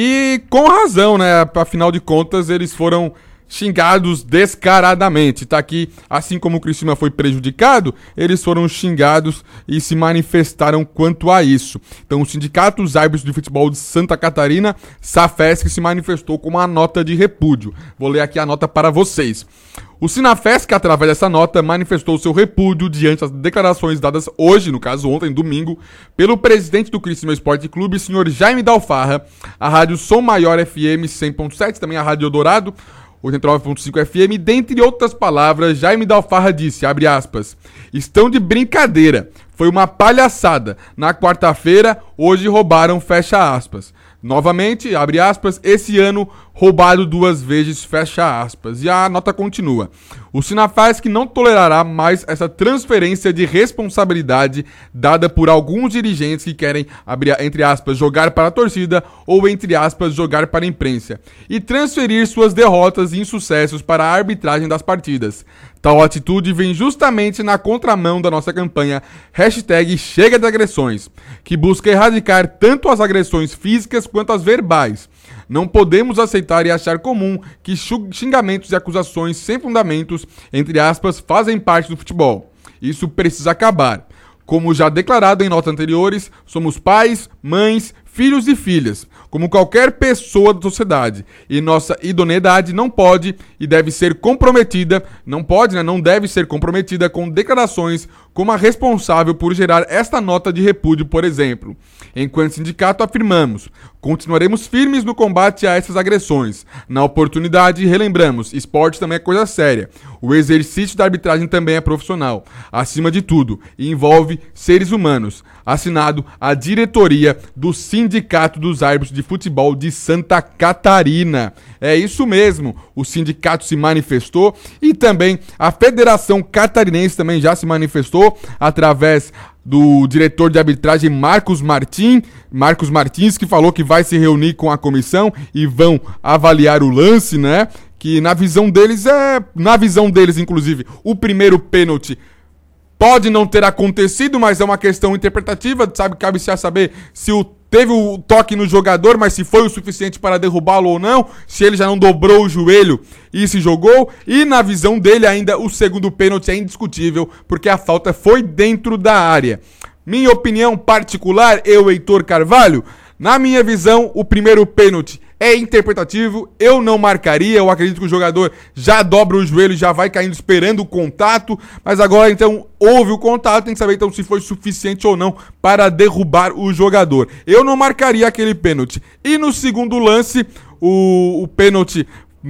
Speaker 2: E com razão, né? Afinal de contas, eles foram xingados descaradamente. Tá aqui, assim como o Criciúma foi prejudicado, eles foram xingados e se manifestaram quanto a isso. Então, o Sindicato dos Árbitros de Futebol de Santa Catarina, SAFESC, se manifestou com uma nota de repúdio. Vou ler aqui a nota para vocês. O Sinafesc, através dessa nota, manifestou seu repúdio diante das declarações dadas hoje, no caso ontem, domingo, pelo presidente do Criciúma Esporte Clube, senhor Jaime da Alfarra, a rádio Som Maior F M cem ponto sete, também a Rádio Eldorado, oitenta e nove ponto cinco F M, dentre outras palavras, Jaime da Alfarra disse, abre aspas, estão de brincadeira, foi uma palhaçada, na quarta-feira, hoje roubaram, fecha aspas. Novamente, abre aspas, esse ano roubado duas vezes, fecha aspas. E a nota continua. O Sinafesc não tolerará mais essa transferência de responsabilidade dada por alguns dirigentes que querem, abre, entre aspas, jogar para a torcida ou, entre aspas, jogar para a imprensa e transferir suas derrotas e insucessos para a arbitragem das partidas. Tal atitude vem justamente na contramão da nossa campanha hashtag Chega de Agressões, que busca erradicar tanto as agressões físicas quanto as verbais. Não podemos aceitar e achar comum que xingamentos e acusações sem fundamentos, entre aspas, fazem parte do futebol. Isso precisa acabar. Como já declarado em notas anteriores, somos pais, mães, filhos e filhas, como qualquer pessoa da sociedade, e nossa idoneidade não pode e deve ser comprometida, não pode, né, não deve ser comprometida com declarações como a responsável por gerar esta nota de repúdio, por exemplo. Enquanto sindicato afirmamos, continuaremos firmes no combate a essas agressões. Na oportunidade, relembramos, esporte também é coisa séria. O exercício da arbitragem também é profissional, acima de tudo, e envolve seres humanos. Assinado a diretoria do Sindicato dos Árbitros de Futebol de Santa Catarina. É isso mesmo, o sindicato se manifestou e também a Federação Catarinense também já se manifestou através do diretor de arbitragem Marcos Martins, Marcos Martins, que falou que vai se reunir com a comissão e vão avaliar o lance, né? Que na visão deles é, na visão deles inclusive, o primeiro pênalti pode não ter acontecido, mas é uma questão interpretativa, sabe? Cabe se a saber se o teve o toque no jogador, mas se foi o suficiente para derrubá-lo ou não, se ele já não dobrou o joelho e se jogou, e na visão dele ainda o segundo pênalti é indiscutível, porque a falta foi dentro da área. Minha opinião particular, eu, Heitor Carvalho, na minha visão, o primeiro pênalti é interpretativo, eu não marcaria, eu acredito que o jogador já dobra o joelho, já vai caindo esperando o contato, mas agora então houve o contato, tem que saber então se foi suficiente ou não para derrubar o jogador. Eu não marcaria aquele pênalti. E no segundo lance, o, o pênalti,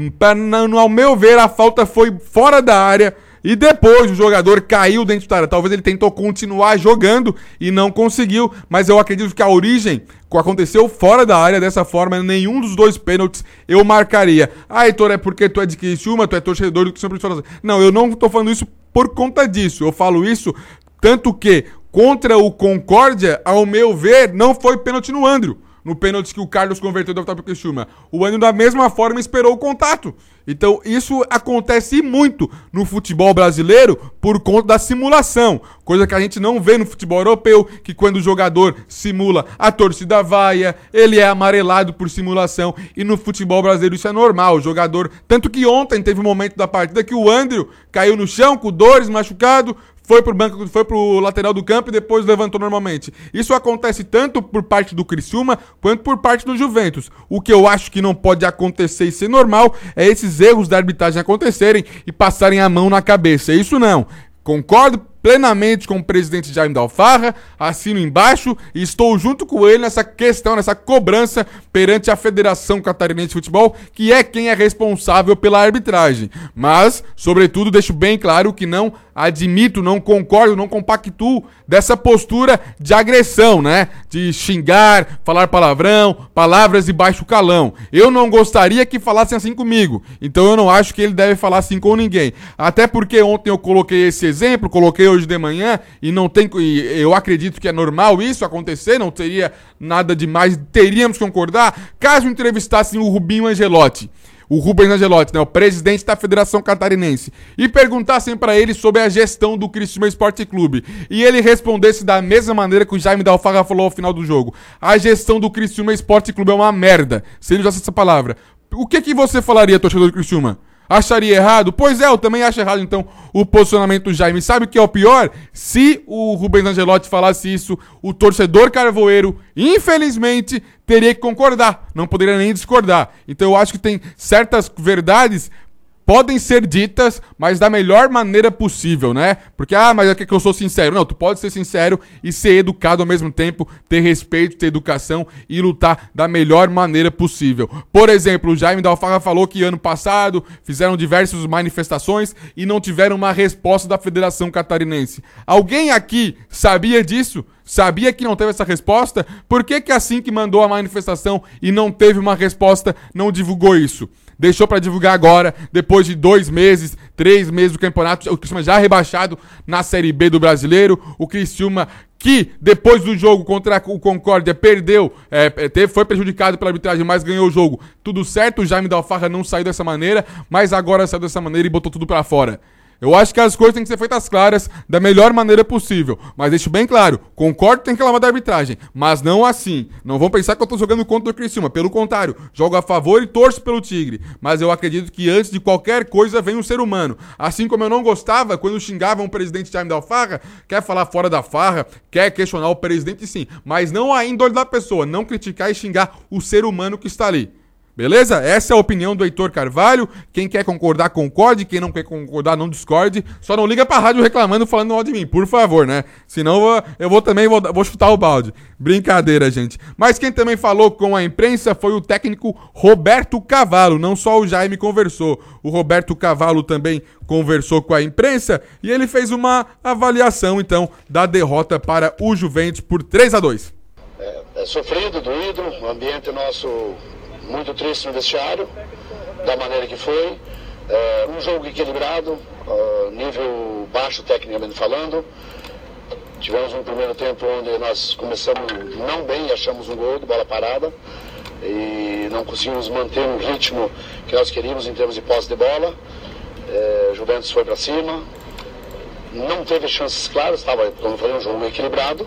Speaker 2: ao meu ver, a falta foi fora da área, e depois o jogador caiu dentro da área. Talvez ele tentou continuar jogando e não conseguiu, mas eu acredito que a origem aconteceu fora da área. Dessa forma, nenhum dos dois pênaltis eu marcaria. Ah, Heitor, é porque tu é de Criciúma, tu é torcedor do Criciúma. Não, eu não tô falando isso por conta disso. Eu falo isso tanto que contra o Concórdia, ao meu ver, não foi pênalti no Andrew. no pênalti que o Carlos converteu do Otávio Criciúma. O Andrew da mesma forma esperou o contato. Então isso acontece muito no futebol brasileiro por conta da simulação, coisa que a gente não vê no futebol europeu, que quando o jogador simula, a torcida vaia, ele é amarelado por simulação, e no futebol brasileiro isso é normal, o jogador, tanto que ontem teve um momento da partida que o Andrew caiu no chão com dores, machucado, foi pro banco, foi pro lateral do campo e depois levantou normalmente. Isso acontece tanto por parte do Criciúma quanto por parte do Juventus. O que eu acho que não pode acontecer e ser normal é esses erros da arbitragem acontecerem e passarem a mão na cabeça. Isso não. Concordo plenamente com o presidente Jaime da Alfarra, assino embaixo e estou junto com ele nessa questão, nessa cobrança perante a Federação Catarinense de Futebol, que é quem é responsável pela arbitragem. Mas, sobretudo, deixo bem claro que não admito, não concordo, não compactuo dessa postura de agressão, né? De xingar, falar palavrão, palavras de baixo calão. Eu não gostaria que falassem assim comigo, então eu não acho que ele deve falar assim com ninguém. Até porque ontem eu coloquei esse exemplo, coloquei hoje de manhã, e não tem, e eu acredito que é normal isso acontecer, não teria nada demais, teríamos que concordar, caso entrevistassem o Rubinho Angelotti, o Rubens Angelotti, né, o presidente da Federação Catarinense, e perguntassem para ele sobre a gestão do Criciúma Esporte Clube, e ele respondesse da mesma maneira que o Jaime da Alfarra falou ao final do jogo: a gestão do Criciúma Esporte Clube é uma merda, se ele usasse essa palavra, o que que você falaria, torcedor do Criciúma? Acharia errado? Pois é, eu também acho errado, então, o posicionamento do Jaime. Sabe o que é o pior? Se o Rubens Angelotti falasse isso, o torcedor carvoeiro, infelizmente, teria que concordar. Não poderia nem discordar. Então eu acho que tem certas verdades podem ser ditas, mas da melhor maneira possível, né? Porque, ah, mas é que eu sou sincero. Não, tu pode ser sincero e ser educado ao mesmo tempo, ter respeito, ter educação e lutar da melhor maneira possível. Por exemplo, o Jaime da Alfarra falou que ano passado fizeram diversas manifestações e não tiveram uma resposta da Federação Catarinense. Alguém aqui sabia disso? Sabia que não teve essa resposta? Por que que assim que mandou a manifestação e não teve uma resposta, não divulgou isso? Deixou pra divulgar agora, depois de dois meses, três meses do campeonato, o Criciúma já rebaixado na Série B do Brasileiro, o Criciúma que depois do jogo contra o Concórdia perdeu, é, teve, foi prejudicado pela arbitragem, mas ganhou o jogo. Tudo certo, o Jaime da Alfarra não saiu dessa maneira, mas agora saiu dessa maneira e botou tudo pra fora. Eu acho que as coisas têm que ser feitas claras da melhor maneira possível. Mas deixo bem claro, concordo que tem que reclamar da arbitragem, mas não assim. Não vão pensar que eu tô jogando contra o Criciúma. Pelo contrário, jogo a favor e torço pelo Tigre. Mas eu acredito que antes de qualquer coisa vem um ser humano. Assim como eu não gostava quando xingavam o presidente Jaime da Alfarra, quer falar fora da farra, quer questionar o presidente sim. Mas não a índole da pessoa, não criticar e xingar o ser humano que está ali. Beleza? Essa é a opinião do Heitor Carvalho. Quem quer concordar, concorde. Quem não quer concordar, não discorde. Só não liga pra rádio reclamando, falando mal de mim, por favor, né? Senão eu vou, eu vou também vou, vou chutar o balde. Brincadeira, gente. Mas quem também falou com a imprensa foi o técnico Roberto Cavalo. Não só o Jaime conversou. O Roberto Cavalo também conversou com a imprensa e ele fez uma avaliação, então, da derrota para o Juventus por três a dois.
Speaker 12: É, é sofrido, doído, o ambiente nosso muito triste no vestiário, da maneira que foi. É, um jogo equilibrado, uh, nível baixo tecnicamente falando. Tivemos um primeiro tempo onde nós começamos não bem e achamos um gol de bola parada. E não conseguimos manter um ritmo que nós queríamos em termos de posse de bola. É, Juventus foi para cima. Não teve chances claras, estava, como eu falei, um jogo equilibrado.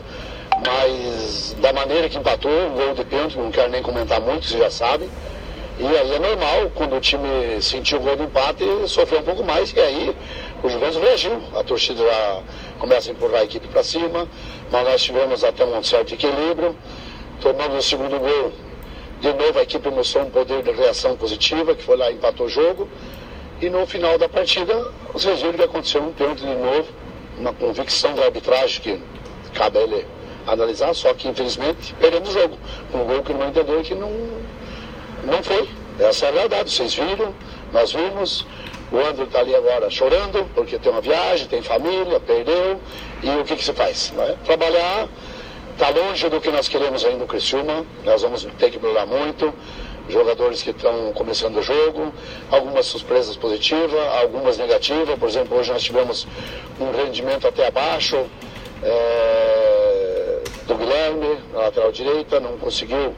Speaker 12: Mas da maneira que empatou, um gol de pênalti, não quero nem comentar muito, você já sabe. E aí é normal, quando o time sentiu o gol de empate, sofreu um pouco mais, e aí o Juventus reagiu. A torcida já começa a empurrar a equipe para cima, mas nós tivemos até um certo equilíbrio. Tomando o segundo gol, de novo a equipe mostrou um poder de reação positiva, que foi lá e empatou o jogo. E no final da partida, vocês viram que aconteceu um pênalti de novo, uma convicção da arbitragem que cabe a ele analisar, só que infelizmente perdemos o jogo. Um gol que no meu entender que não, não foi. Essa é a verdade, vocês viram, nós vimos. O Andrew está ali agora chorando, porque tem uma viagem, tem família, perdeu. E o que, que se faz? Não é? Trabalhar, está longe do que nós queremos ainda no Criciúma, nós vamos ter que melhorar muito. Jogadores que estão começando o jogo, algumas surpresas positivas, algumas negativas. Por exemplo, hoje nós tivemos um rendimento até abaixo. É, do Guilherme, na lateral direita, não conseguiu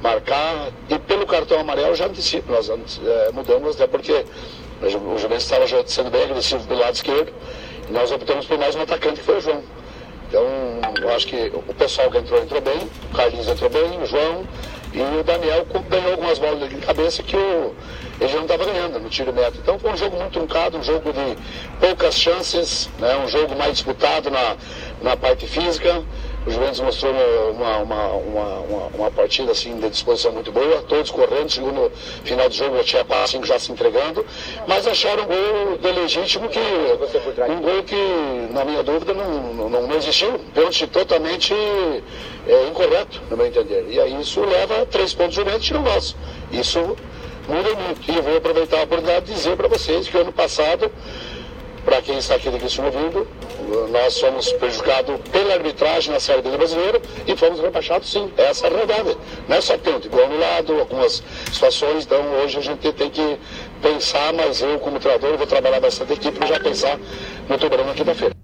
Speaker 12: marcar, e pelo cartão amarelo já antecipo, nós é, mudamos, até porque o Juventus estava sendo bem agressivo pelo lado esquerdo, e nós optamos por mais um atacante, que foi o João. Então, eu acho que o pessoal que entrou, entrou bem, o Carlinhos entrou bem, o João, e o Daniel ganhou algumas bolas de cabeça que o, ele não estava ganhando no tiro médio. Então foi um jogo muito truncado, um jogo de poucas chances, né, um jogo mais disputado na, na parte física. O Juventus mostrou uma, uma, uma, uma, uma partida assim, de disposição muito boa, todos correndo, chegou no final do jogo, tinha quatro, cinco já se entregando, mas acharam um gol de legítimo, que, um gol que, na minha dúvida, não, não, não existiu, pênalti totalmente é, incorreto, no meu entender. E aí isso leva três pontos do Juventus e tira o nosso. Isso muda muito. E eu vou aproveitar a oportunidade de dizer para vocês que ano passado, para quem está aqui de Cristiano ouvindo, nós fomos prejudicados pela arbitragem na Série B do Brasileiro e fomos rebaixados, sim. Essa é a realidade. Não é só pênalti, gol anulado, algumas situações. Então hoje a gente tem que pensar, mas eu como treinador vou trabalhar bastante equipe para já pensar no Tubarão na quinta-feira.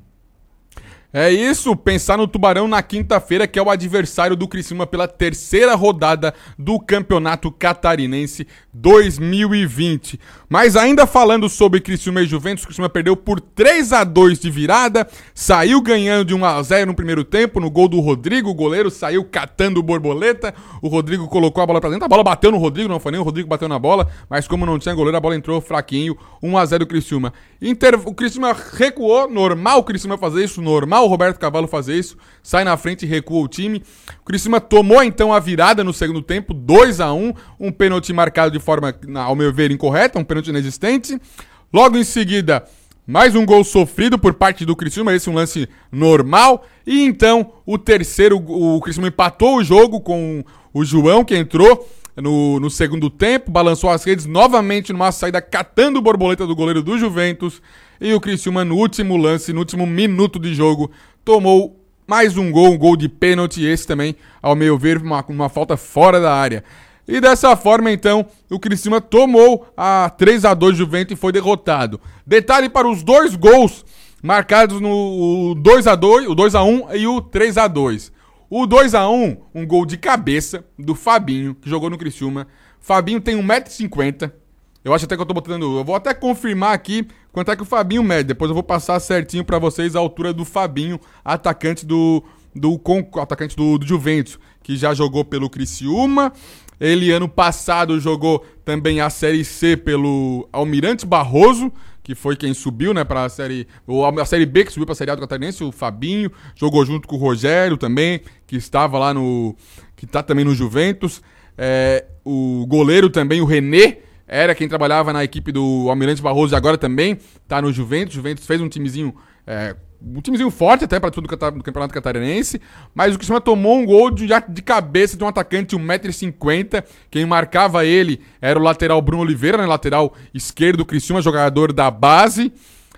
Speaker 2: É isso, pensar no Tubarão na quinta-feira, que é o adversário do Criciúma pela terceira rodada do Campeonato Catarinense dois mil e vinte. Mas ainda falando sobre Criciúma e Juventus, o Criciúma perdeu por três a dois de virada, saiu ganhando de um a zero no primeiro tempo, no gol do Rodrigo, o goleiro saiu catando borboleta, o Rodrigo colocou a bola pra dentro, a bola bateu no Rodrigo, não foi nem o Rodrigo bateu na bola, mas como não tinha goleiro, a bola entrou fraquinho, um a zero o Criciúma. Inter... O Criciúma recuou, normal o Criciúma fazer isso, normal o Roberto Cavalo fazer isso, sai na frente e recua o time. O Criciúma tomou então a virada no segundo tempo, dois a um, um pênalti marcado de forma, ao meu ver, incorreta, um pênalti inexistente. Logo em seguida, mais um gol sofrido por parte do Criciúma, esse é um lance normal. E então, o terceiro, o Criciúma empatou o jogo com o João, que entrou no, no segundo tempo, balançou as redes novamente numa saída catando borboleta do goleiro do Juventus. E o Criciúma, no último lance, no último minuto de jogo, tomou mais um gol, um gol de pênalti, esse também, ao meu ver, uma, uma falta fora da área. E dessa forma, então, o Criciúma tomou a três a dois Juventus e foi derrotado. Detalhe para os dois gols marcados no dois a dois, o dois a um e o três a dois. O dois a um, um gol de cabeça do Fabinho, que jogou no Criciúma. Fabinho tem um metro e cinquenta. Eu acho até que eu tô botando... Eu vou até confirmar aqui quanto é que o Fabinho mede. Depois eu vou passar certinho pra vocês a altura do Fabinho, atacante do, do, atacante do, do Juventus, que já jogou pelo Criciúma. Ele, ano passado, jogou também a Série C pelo Almirante Barroso, que foi quem subiu, né, pra Série... A Série B que subiu pra Série A do Catarinense, o Fabinho. Jogou junto com o Rogério também, que estava lá no... Que tá também no Juventus. É, o goleiro também, o René, era quem trabalhava na equipe do Almirante Barroso e agora também tá no Juventus. O Juventus fez um timezinho, é, um timezinho forte até para tudo do Campeonato Catarinense, mas o Criciúma tomou um gol de, de cabeça de um atacante de um metro e cinquenta. Quem marcava ele era o lateral Bruno Oliveira, né, lateral esquerdo do Criciúma, jogador da base.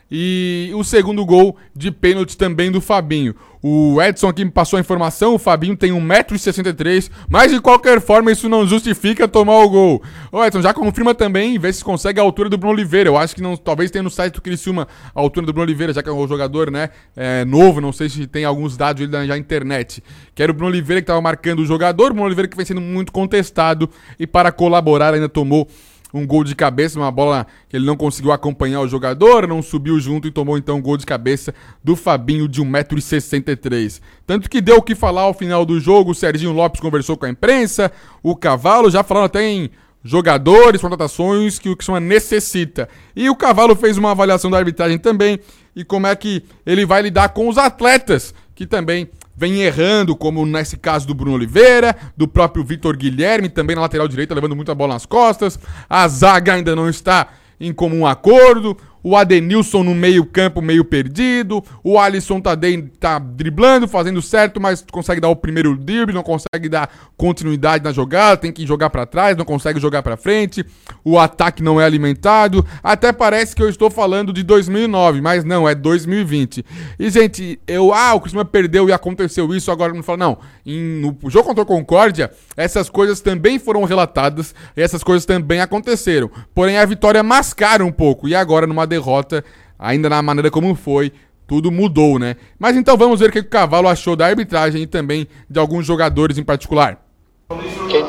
Speaker 2: E o segundo gol de pênalti também do Fabinho. O Edson aqui me passou a informação, o Fabinho tem um metro e sessenta e três, mas de qualquer forma isso não justifica tomar o gol. Ô Edson, já confirma também, vê se consegue a altura do Bruno Oliveira. Eu acho que não, talvez tenha no site do Criciúma a altura do Bruno Oliveira, já que é um jogador, né, é, novo, não sei se tem alguns dados já na internet. Que era o Bruno Oliveira que estava marcando o jogador, o Bruno Oliveira que vem sendo muito contestado e para colaborar ainda tomou um gol de cabeça, uma bola que ele não conseguiu acompanhar o jogador, não subiu junto e tomou então um gol de cabeça do Fabinho de um metro e sessenta e três. Tanto que deu o que falar ao final do jogo, o Serginho Lopes conversou com a imprensa, o Cavalo já falando até em jogadores, contratações que o Criciúma necessita. E o Cavalo fez uma avaliação da arbitragem também e como é que ele vai lidar com os atletas que também vem errando, como nesse caso do Bruno Oliveira, do próprio Vitor Guilherme, também na lateral direita, levando muita bola nas costas. A zaga ainda não está em comum acordo. O Adenilson no meio campo meio perdido. O Alisson Tadei tá driblando, fazendo certo, mas consegue dar o primeiro drible, não consegue dar continuidade na jogada, tem que jogar pra trás, não consegue jogar pra frente. O ataque não é alimentado. Até parece que eu estou falando de dois mil e nove, mas não, é dois mil e vinte. E, gente, eu, ah, o Criciúma perdeu e aconteceu isso, agora não fala, não. Em, no jogo contra o Concórdia, essas coisas também foram relatadas e essas coisas também aconteceram. Porém, a vitória mascara um pouco. E agora, numa derrota, ainda na maneira como foi, tudo mudou, né? Mas então vamos ver o que o Cavalo achou da arbitragem e também de alguns jogadores em particular.
Speaker 12: Quem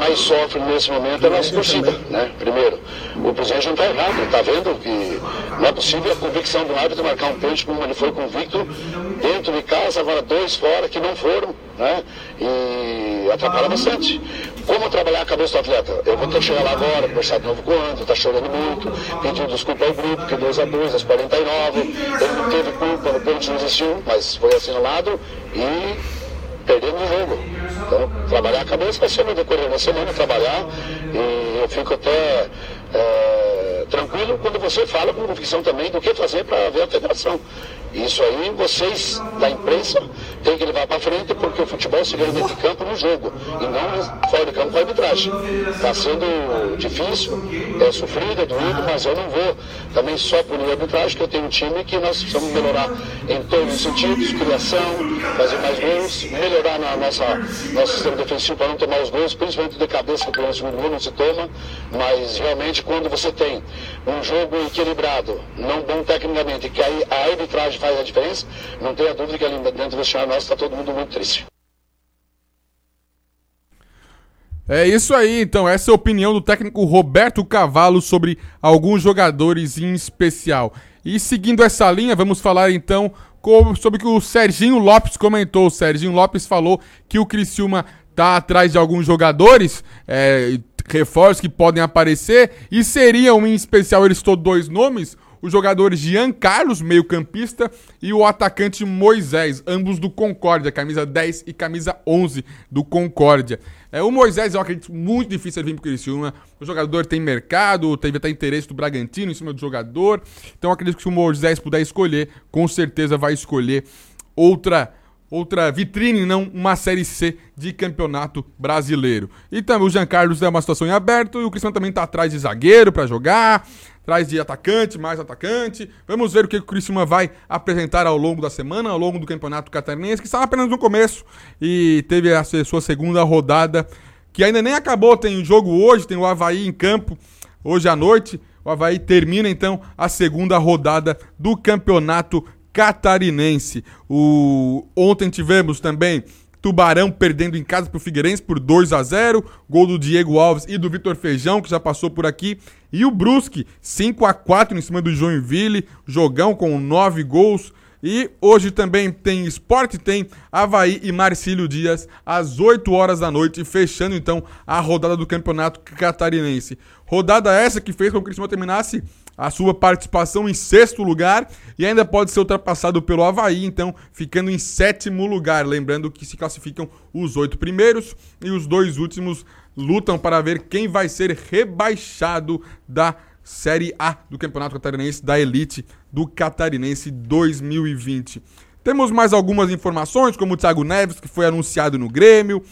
Speaker 12: mais sofre nesse momento é a nossa torcida, né? Primeiro, o presidente não está errado, ele está vendo que não é possível a convicção do árbitro marcar um pênalti como ele foi convicto dentro de casa, agora dois fora que não foram, né? E atrapalha bastante. Como trabalhar a cabeça do atleta? Eu vou ter que chegar lá agora, conversar de novo com o André, tá chorando muito, pedindo desculpa ao grupo, que dois a dois, às quarenta e nove, ele não teve culpa, o pênalti não existiu, mas foi assinalado e perdemos o jogo. Então, trabalhar a cabeça vai ser no decorrer da semana, trabalhar, e eu fico até é, tranquilo quando você fala com convicção também do que fazer para ver a federação. Isso aí vocês da imprensa têm que levar para frente, porque o futebol se ganha dentro de campo no jogo e não fora de campo com a arbitragem. Está sendo difícil, é sofrido, é doído, mas eu não vou também só punir a arbitragem, que eu tenho um time que nós precisamos melhorar em todos os sentidos, criação, fazer mais gols, melhorar na nossa nosso sistema defensivo para não tomar os gols, principalmente de cabeça, que o primeiro segundo gol não se toma, mas realmente quando você tem um jogo equilibrado, não bom tecnicamente, que aí a arbitragem faz a diferença, não tenha dúvida que ali dentro do vestiário nosso está todo mundo muito triste.
Speaker 2: É isso aí, então, essa é a opinião do técnico Roberto Cavalo sobre alguns jogadores em especial. E seguindo essa linha, vamos falar então sobre o que o Serginho Lopes comentou. O Serginho Lopes falou que o Criciúma está atrás de alguns jogadores, é, reforços que podem aparecer, e seriam em especial, ele citou dois nomes, os jogadores Jean Carlos, meio campista, e o atacante Moisés, ambos do Concórdia, camisa dez e camisa onze do Concórdia. É, o Moisés eu acredito muito difícil ele vir pro Criciúma, o jogador tem mercado, teve até interesse do Bragantino em cima do jogador, então eu acredito que se o Moisés puder escolher, com certeza vai escolher outra... outra vitrine, não uma Série C de Campeonato Brasileiro. E também o Jean Carlos é uma situação em aberto, e o Criciúma também tá atrás de zagueiro para jogar, atrás de atacante, mais atacante. Vamos ver o que o Criciúma vai apresentar ao longo da semana, ao longo do Campeonato Catarinense, que está apenas no começo, e teve a sua segunda rodada, que ainda nem acabou. Tem o jogo hoje, tem o Avaí em campo, hoje à noite. O Avaí termina, então, a segunda rodada do Campeonato Catarinense. O... Ontem tivemos também Tubarão perdendo em casa pro Figueirense por dois a zero, gol do Diego Alves e do Vitor Feijão, que já passou por aqui, e o Brusque cinco a quatro em cima do Joinville, jogão com nove gols. E hoje também tem Sport, tem Avaí e Marcílio Dias às oito horas da noite, fechando então a rodada do Campeonato Catarinense. Rodada essa que fez com que o Criciúma terminasse a sua participação em sexto lugar e ainda pode ser ultrapassado pelo Avaí, então ficando em sétimo lugar. Lembrando que se classificam os oito primeiros e os dois últimos lutam para ver quem vai ser rebaixado da Série A do Campeonato Catarinense, da Elite do Catarinense dois mil e vinte. Temos mais algumas informações, como o Thiago Neves, que foi anunciado no Grêmio.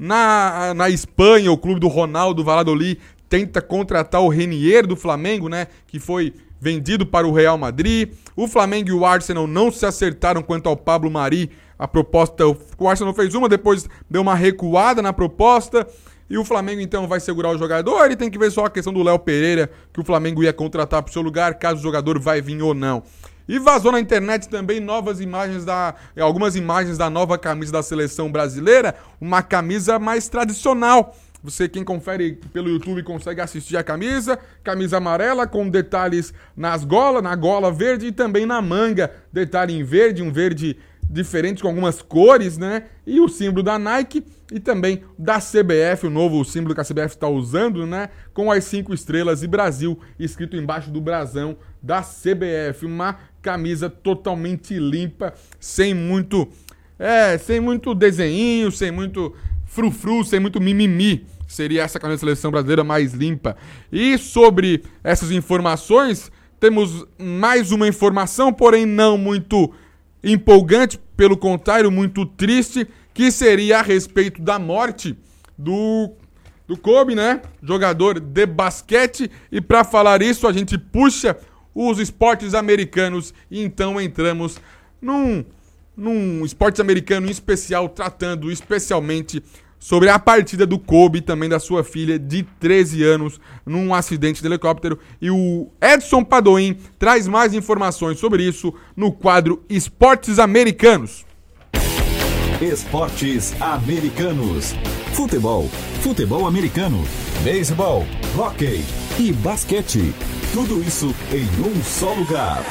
Speaker 2: Na, na Espanha, o clube do Ronaldo Valladolid tenta contratar o Renier do Flamengo, né, que foi vendido para o Real Madrid. O Flamengo e o Arsenal não se acertaram quanto ao Pablo Mari. A proposta, o Arsenal fez uma, depois deu uma recuada na proposta. E o Flamengo, então, vai segurar o jogador. E tem que ver só a questão do Léo Pereira, que o Flamengo ia contratar para o seu lugar, caso o jogador vai vir ou não. E vazou na internet também novas imagens da, algumas imagens da nova camisa da seleção brasileira, uma camisa mais tradicional. Você, quem confere pelo YouTube, consegue assistir a camisa, camisa amarela com detalhes nas golas, na gola verde e também na manga, detalhe em verde, um verde diferente com algumas cores, né? E o símbolo da Nike e também da C B F, o novo símbolo que a C B F está usando, né? Com as cinco estrelas e Brasil escrito embaixo do brasão da C B F. Uma camisa totalmente limpa, sem muito, é, sem muito desenho, sem muito frufru, sem muito mimimi. Seria essa camisa da seleção brasileira mais limpa. E sobre essas informações, temos mais uma informação, porém não muito empolgante, pelo contrário, muito triste, que seria a respeito da morte do, do Kobe, né? Jogador de basquete. E para falar isso, a gente puxa os esportes americanos e então entramos num, num esporte americano em especial, tratando especialmente sobre a partida do Kobe, também da sua filha de treze anos, num acidente de helicóptero. E o Edson Padoim traz mais informações sobre isso no quadro Esportes Americanos.
Speaker 1: Esportes Americanos.
Speaker 5: Futebol, futebol americano, beisebol, hóquei e basquete. Tudo isso em um só lugar.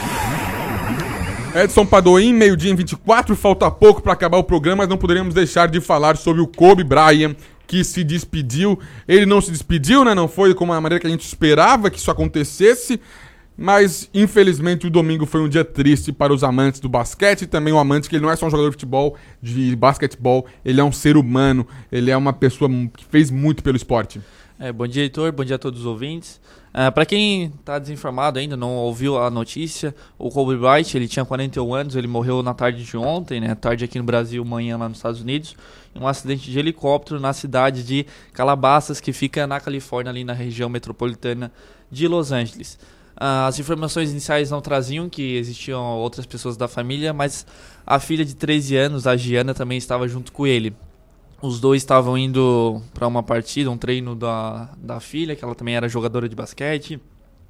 Speaker 2: Edson Padoim, meio-dia em vinte e quatro, falta pouco para acabar o programa, mas não poderíamos deixar de falar sobre o Kobe Bryant, que se despediu. Ele não se despediu, né? Não foi como a maneira que a gente esperava que isso acontecesse, mas infelizmente o domingo foi um dia triste para os amantes do basquete, e também o amante que ele não é só um jogador de futebol, de basquetebol, ele é um ser humano, ele é uma pessoa que fez muito pelo esporte.
Speaker 13: É, bom dia, Heitor, bom dia a todos os ouvintes. Uh, para quem está desinformado ainda, não ouviu a notícia, o Kobe Bryant, ele tinha quarenta e um anos, ele morreu na tarde de ontem, né, tarde aqui no Brasil, manhã lá nos Estados Unidos, em um acidente de helicóptero na cidade de Calabasas, que fica na Califórnia, ali na região metropolitana de Los Angeles. Uh, as informações iniciais não traziam que existiam outras pessoas da família, mas a filha de treze anos, a Gianna, também estava junto com ele. Os dois estavam indo para uma partida, um treino da, da filha, que ela também era jogadora de basquete.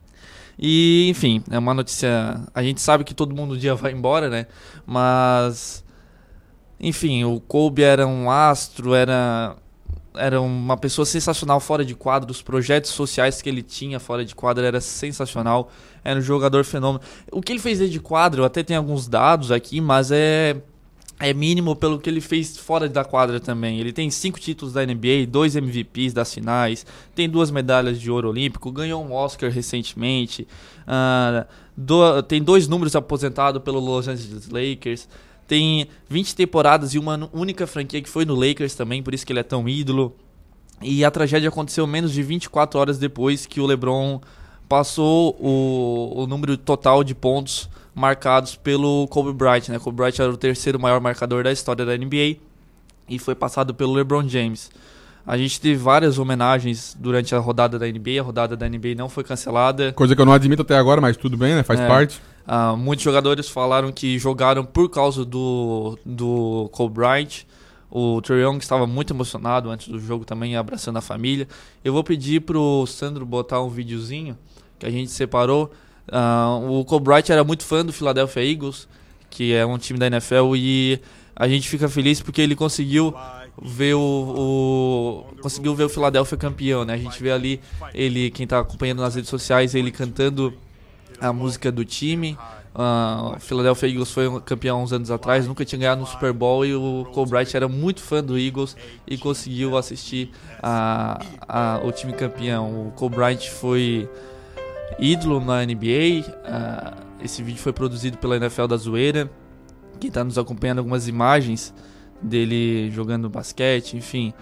Speaker 13: E, enfim, é uma notícia... A gente sabe que todo mundo um dia vai embora, né? Mas, enfim, o Kobe era um astro, era, era uma pessoa sensacional fora de quadro. Os projetos sociais que ele tinha fora de quadro era sensacional. Era um jogador fenômeno. O que ele fez dentro de quadro, eu até tenho alguns dados aqui, mas é... é mínimo pelo que ele fez fora da quadra também. Ele tem cinco títulos da N B A, dois M V Ps das finais, tem duas medalhas de ouro olímpico, ganhou um Oscar recentemente, uh, do, tem dois números aposentado pelo Los Angeles Lakers, tem vinte temporadas e uma única franquia que foi no Lakers também, por isso que ele é tão ídolo. E a tragédia aconteceu menos de vinte e quatro horas depois que o LeBron passou o, o número total de pontos marcados pelo Kobe Bryant, né? Kobe Bryant era o terceiro maior marcador da história da N B A e foi passado pelo LeBron James. A gente teve várias homenagens durante a rodada da N B A, a rodada da N B A não foi cancelada.
Speaker 2: Coisa que eu não admito até agora, mas tudo bem, né? Faz
Speaker 13: é,
Speaker 2: parte.
Speaker 13: Uh, muitos jogadores falaram que jogaram por causa do, do Kobe Bryant. O Trae Young estava muito emocionado antes do jogo também, abraçando a família. Eu vou pedir pro Sandro botar um videozinho que a gente separou. Uh, o Kobe Bryant era muito fã do Philadelphia Eagles, que é um time da N F L, e a gente fica feliz porque ele conseguiu ver o, o conseguiu ver o Philadelphia campeão, né? A gente vê ali ele, quem está acompanhando nas redes sociais, ele cantando a música do time. Uh, o Philadelphia Eagles foi campeão uns anos atrás, nunca tinha ganhado no Super Bowl, e o Kobe Bryant era muito fã do Eagles e conseguiu assistir a, a, o time campeão. O Kobe Bryant foi ídolo na N B A. Uh, esse vídeo foi produzido pela N F L da Zoeira. Quem está nos acompanhando, algumas imagens dele jogando basquete, enfim.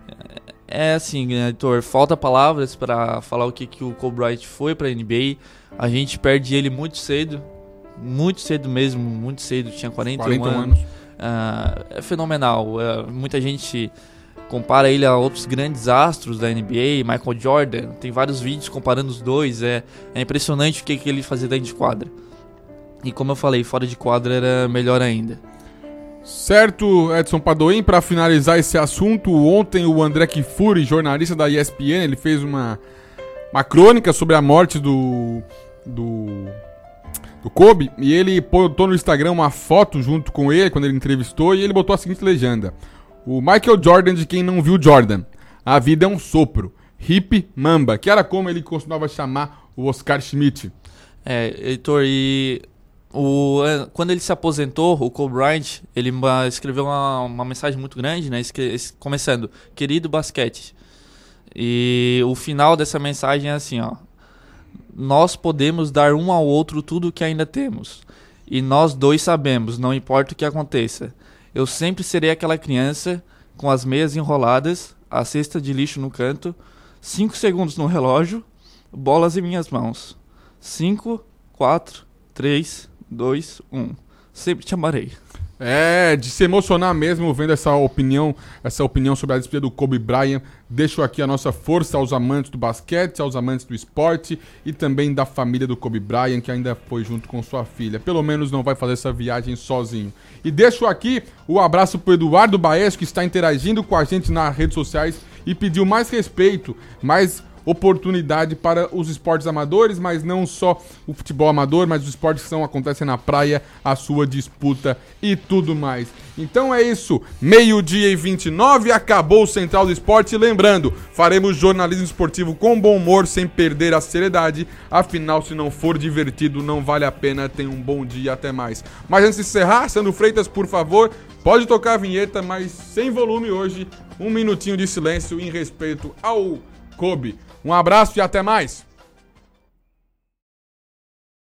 Speaker 13: É assim, Heitor, falta palavras para falar o que, que o Kobe Bryant foi para a N B A. A gente perde ele muito cedo, muito cedo mesmo, muito cedo, tinha quarenta e um anos. Uh, é fenomenal. Uh, muita gente compara ele a outros grandes astros da N B A, Michael Jordan. Tem vários vídeos comparando os dois. É, é impressionante o que, que ele fazia dentro de quadra. E como eu falei, fora de quadra era melhor ainda.
Speaker 2: Certo, Edson Padoim, para finalizar esse assunto, ontem o André Kifuri, jornalista da E S P N, ele fez uma, uma crônica sobre a morte do, do, do Kobe, e ele botou no Instagram uma foto junto com ele, quando ele entrevistou, e ele botou a seguinte legenda: o Michael Jordan de quem não viu Jordan. A vida é um sopro. Hip Mamba, que era como ele costumava chamar o Oscar Schmidt.
Speaker 13: É, Heitor, e o, quando ele se aposentou, o Kobe Bryant, ele escreveu uma, uma mensagem muito grande, né, começando: querido basquete. E o final dessa mensagem é assim, ó: nós podemos dar um ao outro tudo o que ainda temos, e nós dois sabemos, não importa o que aconteça, eu sempre serei aquela criança com as meias enroladas, a cesta de lixo no canto, cinco segundos no relógio, bolas em minhas mãos. cinco, quatro, três, dois, um. Sempre te amarei.
Speaker 2: É, de se emocionar mesmo vendo essa opinião, essa opinião sobre a despedida do Kobe Bryant. Deixo aqui a nossa força aos amantes do basquete, aos amantes do esporte e também da família do Kobe Bryant, que ainda foi junto com sua filha. Pelo menos não vai fazer essa viagem sozinho. E deixo aqui o abraço pro Eduardo Baez, que está interagindo com a gente nas redes sociais e pediu mais respeito, mais oportunidade para os esportes amadores, mas não só o futebol amador, mas os esportes que são, acontecem na praia, a sua disputa e tudo mais. Então é isso, meio-dia e vinte e nove, acabou o Central do Esporte. Lembrando, faremos jornalismo esportivo com bom humor, sem perder a seriedade. Afinal, se não for divertido, não vale a pena. Tenha um bom dia, até mais. Mas antes de encerrar, Sandro Freitas, por favor, pode tocar a vinheta, mas sem volume hoje. Um minutinho de silêncio em respeito ao Kobe. Um abraço e até mais.